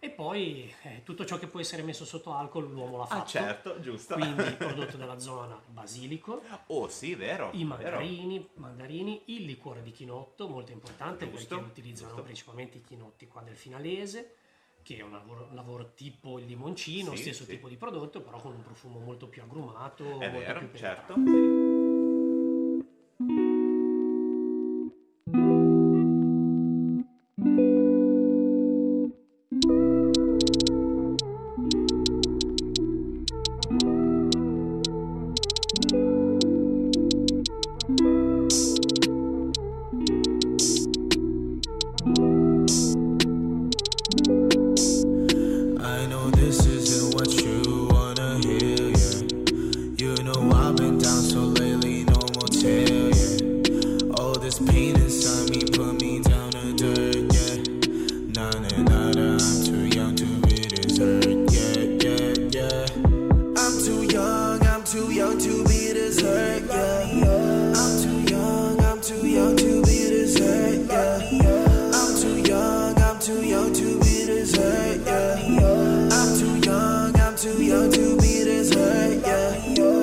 E poi eh, tutto ciò che può essere messo sotto alcol l'uomo l'ha fatto. Ah certo, giusto. Quindi prodotto della zona basilico. Oh sì, vero. I mandarini, vero. mandarini, il liquore di chinotto, molto importante, Giusto, perché utilizzano giusto. principalmente i chinotti qua del finalese, che è un lavoro, un lavoro tipo il limoncino, Sì, stesso sì. tipo di prodotto, però con un profumo molto più agrumato, È molto vero, più certo. penetrante. I know this isn't what you wanna hear, yeah. You know I've been down so lately, no motel, yeah. All this pain inside me put me down to dirt, yeah. Nah, nah, nah, nah, I'm too young to be this hurt, yeah, yeah, yeah. I'm too young, I'm too young to be this hurt, yeah. I'm too young, I'm too young to be this hurt, yeah. I'm too young, I'm too young to be this hurt, yeah. I'm too young, I'm too young to be this hurt, yeah.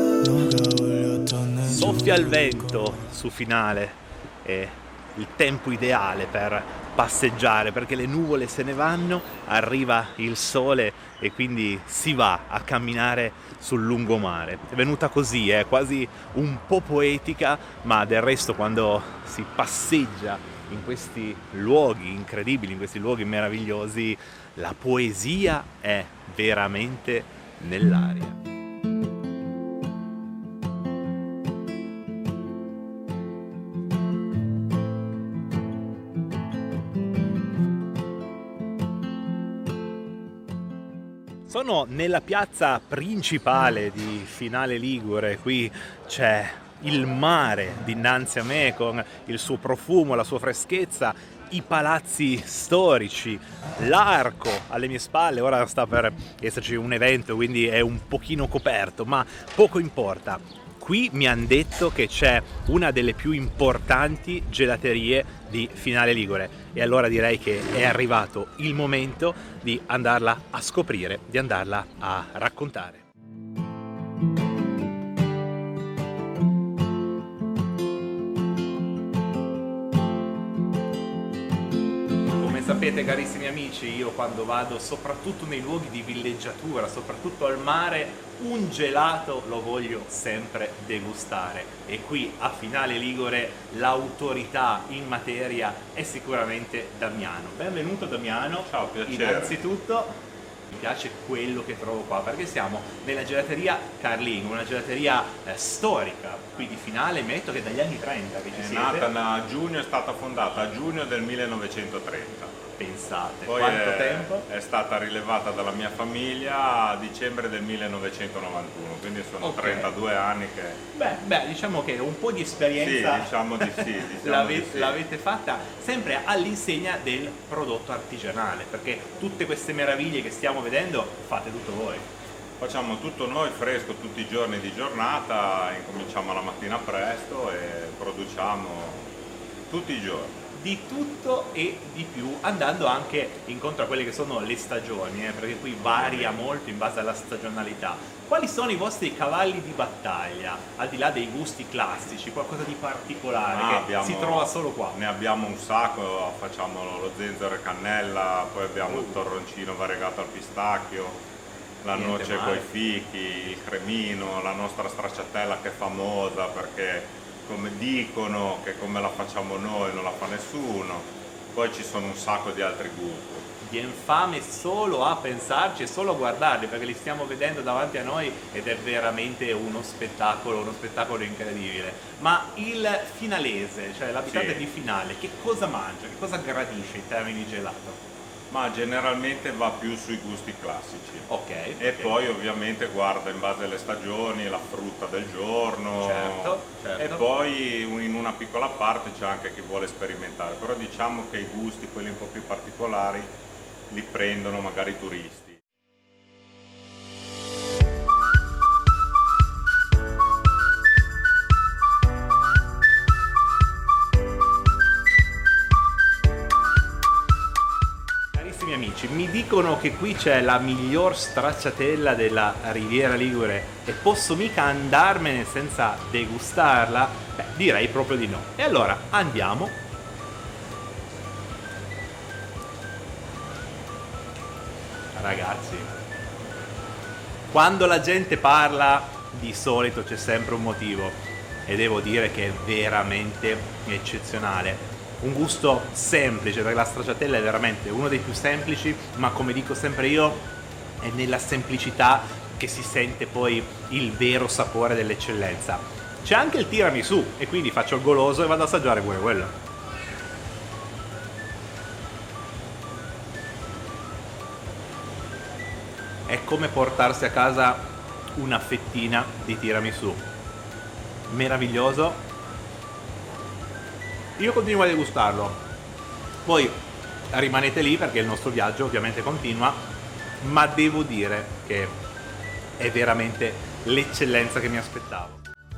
Soffia il vento su Finale, è il tempo ideale per passeggiare perché le nuvole se ne vanno, arriva il sole e quindi si va a camminare sul lungomare. È venuta così, è quasi un po' poetica, ma del resto quando si passeggia in questi luoghi incredibili, in questi luoghi meravigliosi, la poesia è veramente nell'aria. Sono nella piazza principale di Finale Ligure, qui c'è il mare dinanzi a me con il suo profumo, la sua freschezza, i palazzi storici, l'arco alle mie spalle. Ora sta per esserci un evento, quindi è un pochino coperto, ma poco importa. Qui mi hanno detto che c'è una delle più importanti gelaterie di Finale Ligure e allora direi che è arrivato il momento di andarla a scoprire, di andarla a raccontare. Come sapete, carissimi amici, io quando vado soprattutto nei luoghi di villeggiatura, soprattutto al mare, un gelato lo voglio sempre degustare e qui a Finale Ligure l'autorità in materia è sicuramente Damiano. Benvenuto Damiano. Ciao, piacere. Innanzitutto mi piace quello che trovo qua perché siamo nella gelateria Carling, una gelateria eh, storica qui di Finale, mi ha detto che dagli anni trenta che ci È siete. nata a giugno, è stata fondata a giugno del millenovecentotrenta. Pensate, Poi quanto è, tempo? È stata rilevata dalla mia famiglia a dicembre del millenovecentonovantuno, quindi sono Ok. trentadue anni che... Beh, beh, diciamo che un po' di esperienza Sì, diciamo di sì, diciamo l'ave- di sì. l'avete fatta sempre all'insegna del prodotto artigianale, perché tutte queste meraviglie che stiamo vedendo fate tutto voi. Facciamo tutto noi, fresco, tutti i giorni di giornata, incominciamo la mattina presto e produciamo tutti i giorni. Di tutto e di più, andando anche incontro a quelle che sono le stagioni, eh, perché qui varia molto in base alla stagionalità. Quali sono i vostri cavalli di battaglia, al di là dei gusti classici, qualcosa di particolare Ah, che abbiamo- si trova solo qua? Ne abbiamo un sacco, facciamo lo zenzero e cannella, poi abbiamo Uh. il torroncino variegato al pistacchio, la Niente noce male. coi fichi, il cremino, la nostra stracciatella che è famosa perché come dicono che come la facciamo noi non la fa nessuno, poi ci sono un sacco di altri gusti. Di infame solo a pensarci e solo a guardarli, perché li stiamo vedendo davanti a noi ed è veramente uno spettacolo, uno spettacolo incredibile. Ma il finalese, cioè l'abitante Sì. di Finale, che cosa mangia, che cosa gradisce in termini di gelato? Ma generalmente va più sui gusti classici. Ok. E ok. poi ovviamente guarda in base alle stagioni, la frutta del giorno. Certo, certo. E poi un- in una piccola parte c'è anche chi vuole sperimentare, però diciamo che i gusti, quelli un po' più particolari, li prendono magari i turisti. Carissimi amici, amici, mi dicono che qui c'è la miglior stracciatella della Riviera Ligure e posso mica andarmene senza degustarla? Beh, direi proprio di no. E allora andiamo. Ragazzi, quando la gente parla, di solito c'è sempre un motivo e devo dire che è veramente eccezionale. Un gusto semplice, perché la stracciatella è veramente uno dei più semplici, ma come dico sempre io, è nella semplicità che si sente poi il vero sapore dell'eccellenza. C'è anche il tiramisù e quindi faccio il goloso e vado ad assaggiare pure quello. È come portarsi a casa una fettina di tiramisù. Meraviglioso. Io continuo a degustarlo, poi rimanete lì perché il nostro viaggio ovviamente continua, ma devo dire che è veramente l'eccellenza che mi aspettavo.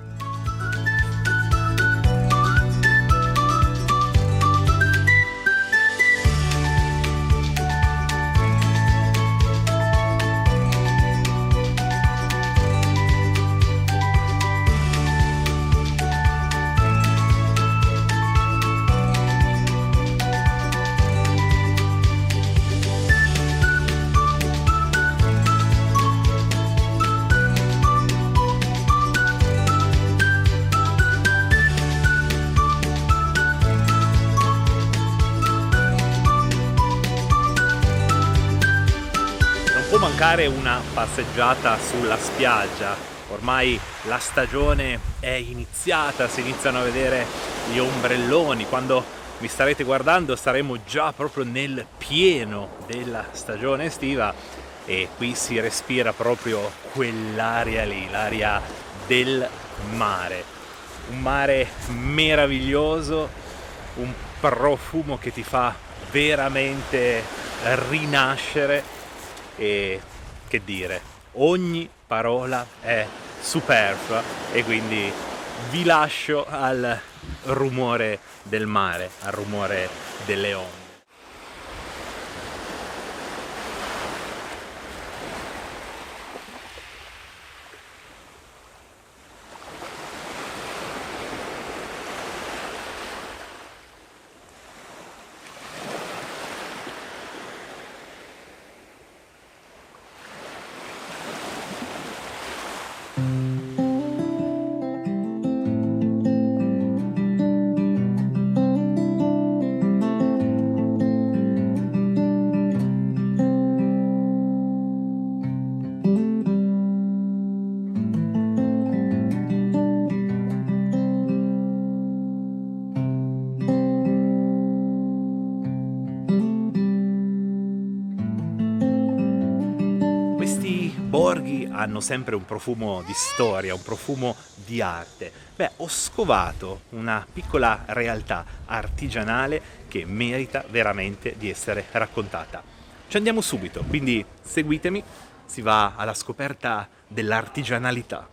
Una passeggiata sulla spiaggia. Ormai la stagione è iniziata, si iniziano a vedere gli ombrelloni. Quando mi starete guardando saremo già proprio nel pieno della stagione estiva e qui si respira proprio quell'aria lì, l'aria del mare. Un mare meraviglioso, un profumo che ti fa veramente rinascere. E che dire, ogni parola è superflua e quindi vi lascio al rumore del mare, al rumore delle onde. Hanno sempre un profumo di storia, un profumo di arte. Beh, ho scovato una piccola realtà artigianale che merita veramente di essere raccontata. Ci andiamo subito, quindi seguitemi, si va alla scoperta dell'artigianalità.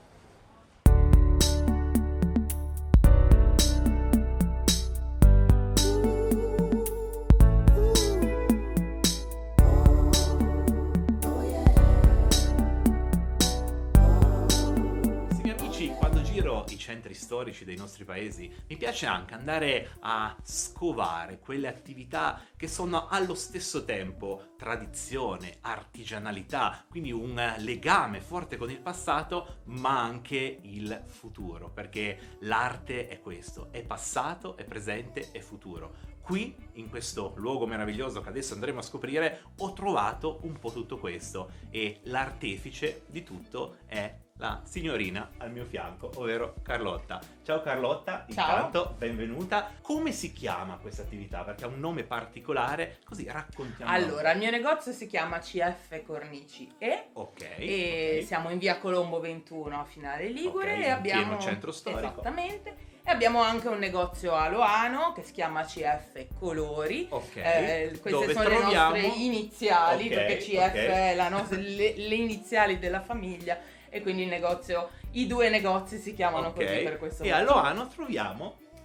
I centri storici dei nostri paesi mi piace anche andare a scovare quelle attività che sono allo stesso tempo tradizione, artigianalità, quindi un legame forte con il passato ma anche il futuro, perché l'arte è questo, è passato, è presente, è futuro. Qui, in questo luogo meraviglioso che adesso andremo a scoprire, ho trovato un po' tutto questo e l'artefice di tutto è la signorina al mio fianco, ovvero Carlotta. Ciao Carlotta, Ciao. Intanto benvenuta. Come si chiama questa attività? Perché ha un nome particolare, così raccontiamo. Allora, il mio negozio si chiama C F Cornici E. Ok. E okay. Siamo in via Colombo ventuno a Finale Ligure okay, e abbiamo pieno centro storico. Esattamente. E abbiamo anche un negozio a Loano che si chiama C F Colori. Ok. Eh, queste Dove sono troviamo? le nostre iniziali, okay, perché C F okay. è la nostra, le, le iniziali della famiglia. E quindi il negozio, i due negozi si chiamano okay. così per questo E motivo. a Loano troviamo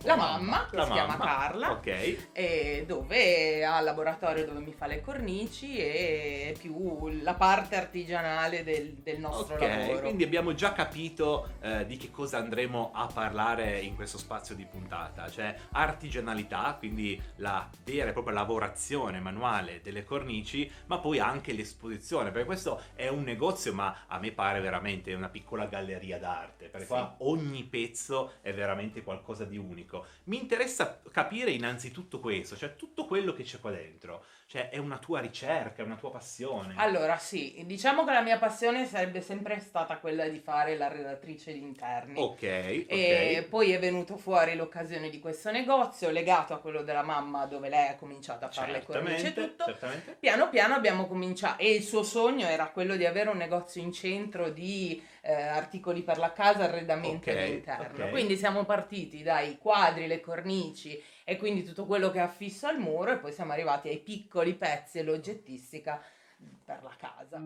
La mamma, che La si chiama mamma, Carla, ok. e dove ha il laboratorio dove mi fa le cornici e più la parte artigianale del, del nostro Ok, lavoro. quindi abbiamo già capito eh, di che cosa andremo a parlare in questo spazio di puntata, cioè artigianalità, quindi la vera e propria lavorazione manuale delle cornici, ma poi anche l'esposizione, perché questo è un negozio, ma a me pare veramente una piccola galleria d'arte, perché Sì. qua ogni pezzo è veramente qualcosa di unico. Mi interessa capire innanzitutto questo, cioè tutto quello che c'è qua dentro, cioè è una tua ricerca, è una tua passione. Allora sì, diciamo che la mia passione sarebbe sempre stata quella di fare la redattrice di interni. Ok, ok. E poi è venuto fuori l'occasione di questo negozio legato a quello della mamma, dove lei ha cominciato a fare le cornici e Certamente, tutto. certamente. Piano piano abbiamo cominciato, e il suo sogno era quello di avere un negozio in centro di eh, articoli per la casa, arredamento Ok, all'interno. ok. Quindi siamo partiti dai quadri, le cornici e quindi tutto quello che è affisso al muro, e poi siamo arrivati ai piccoli pezzi e l'oggettistica per la casa.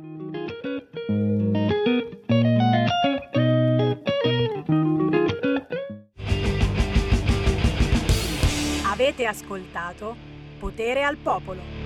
Avete ascoltato Potere al Popolo.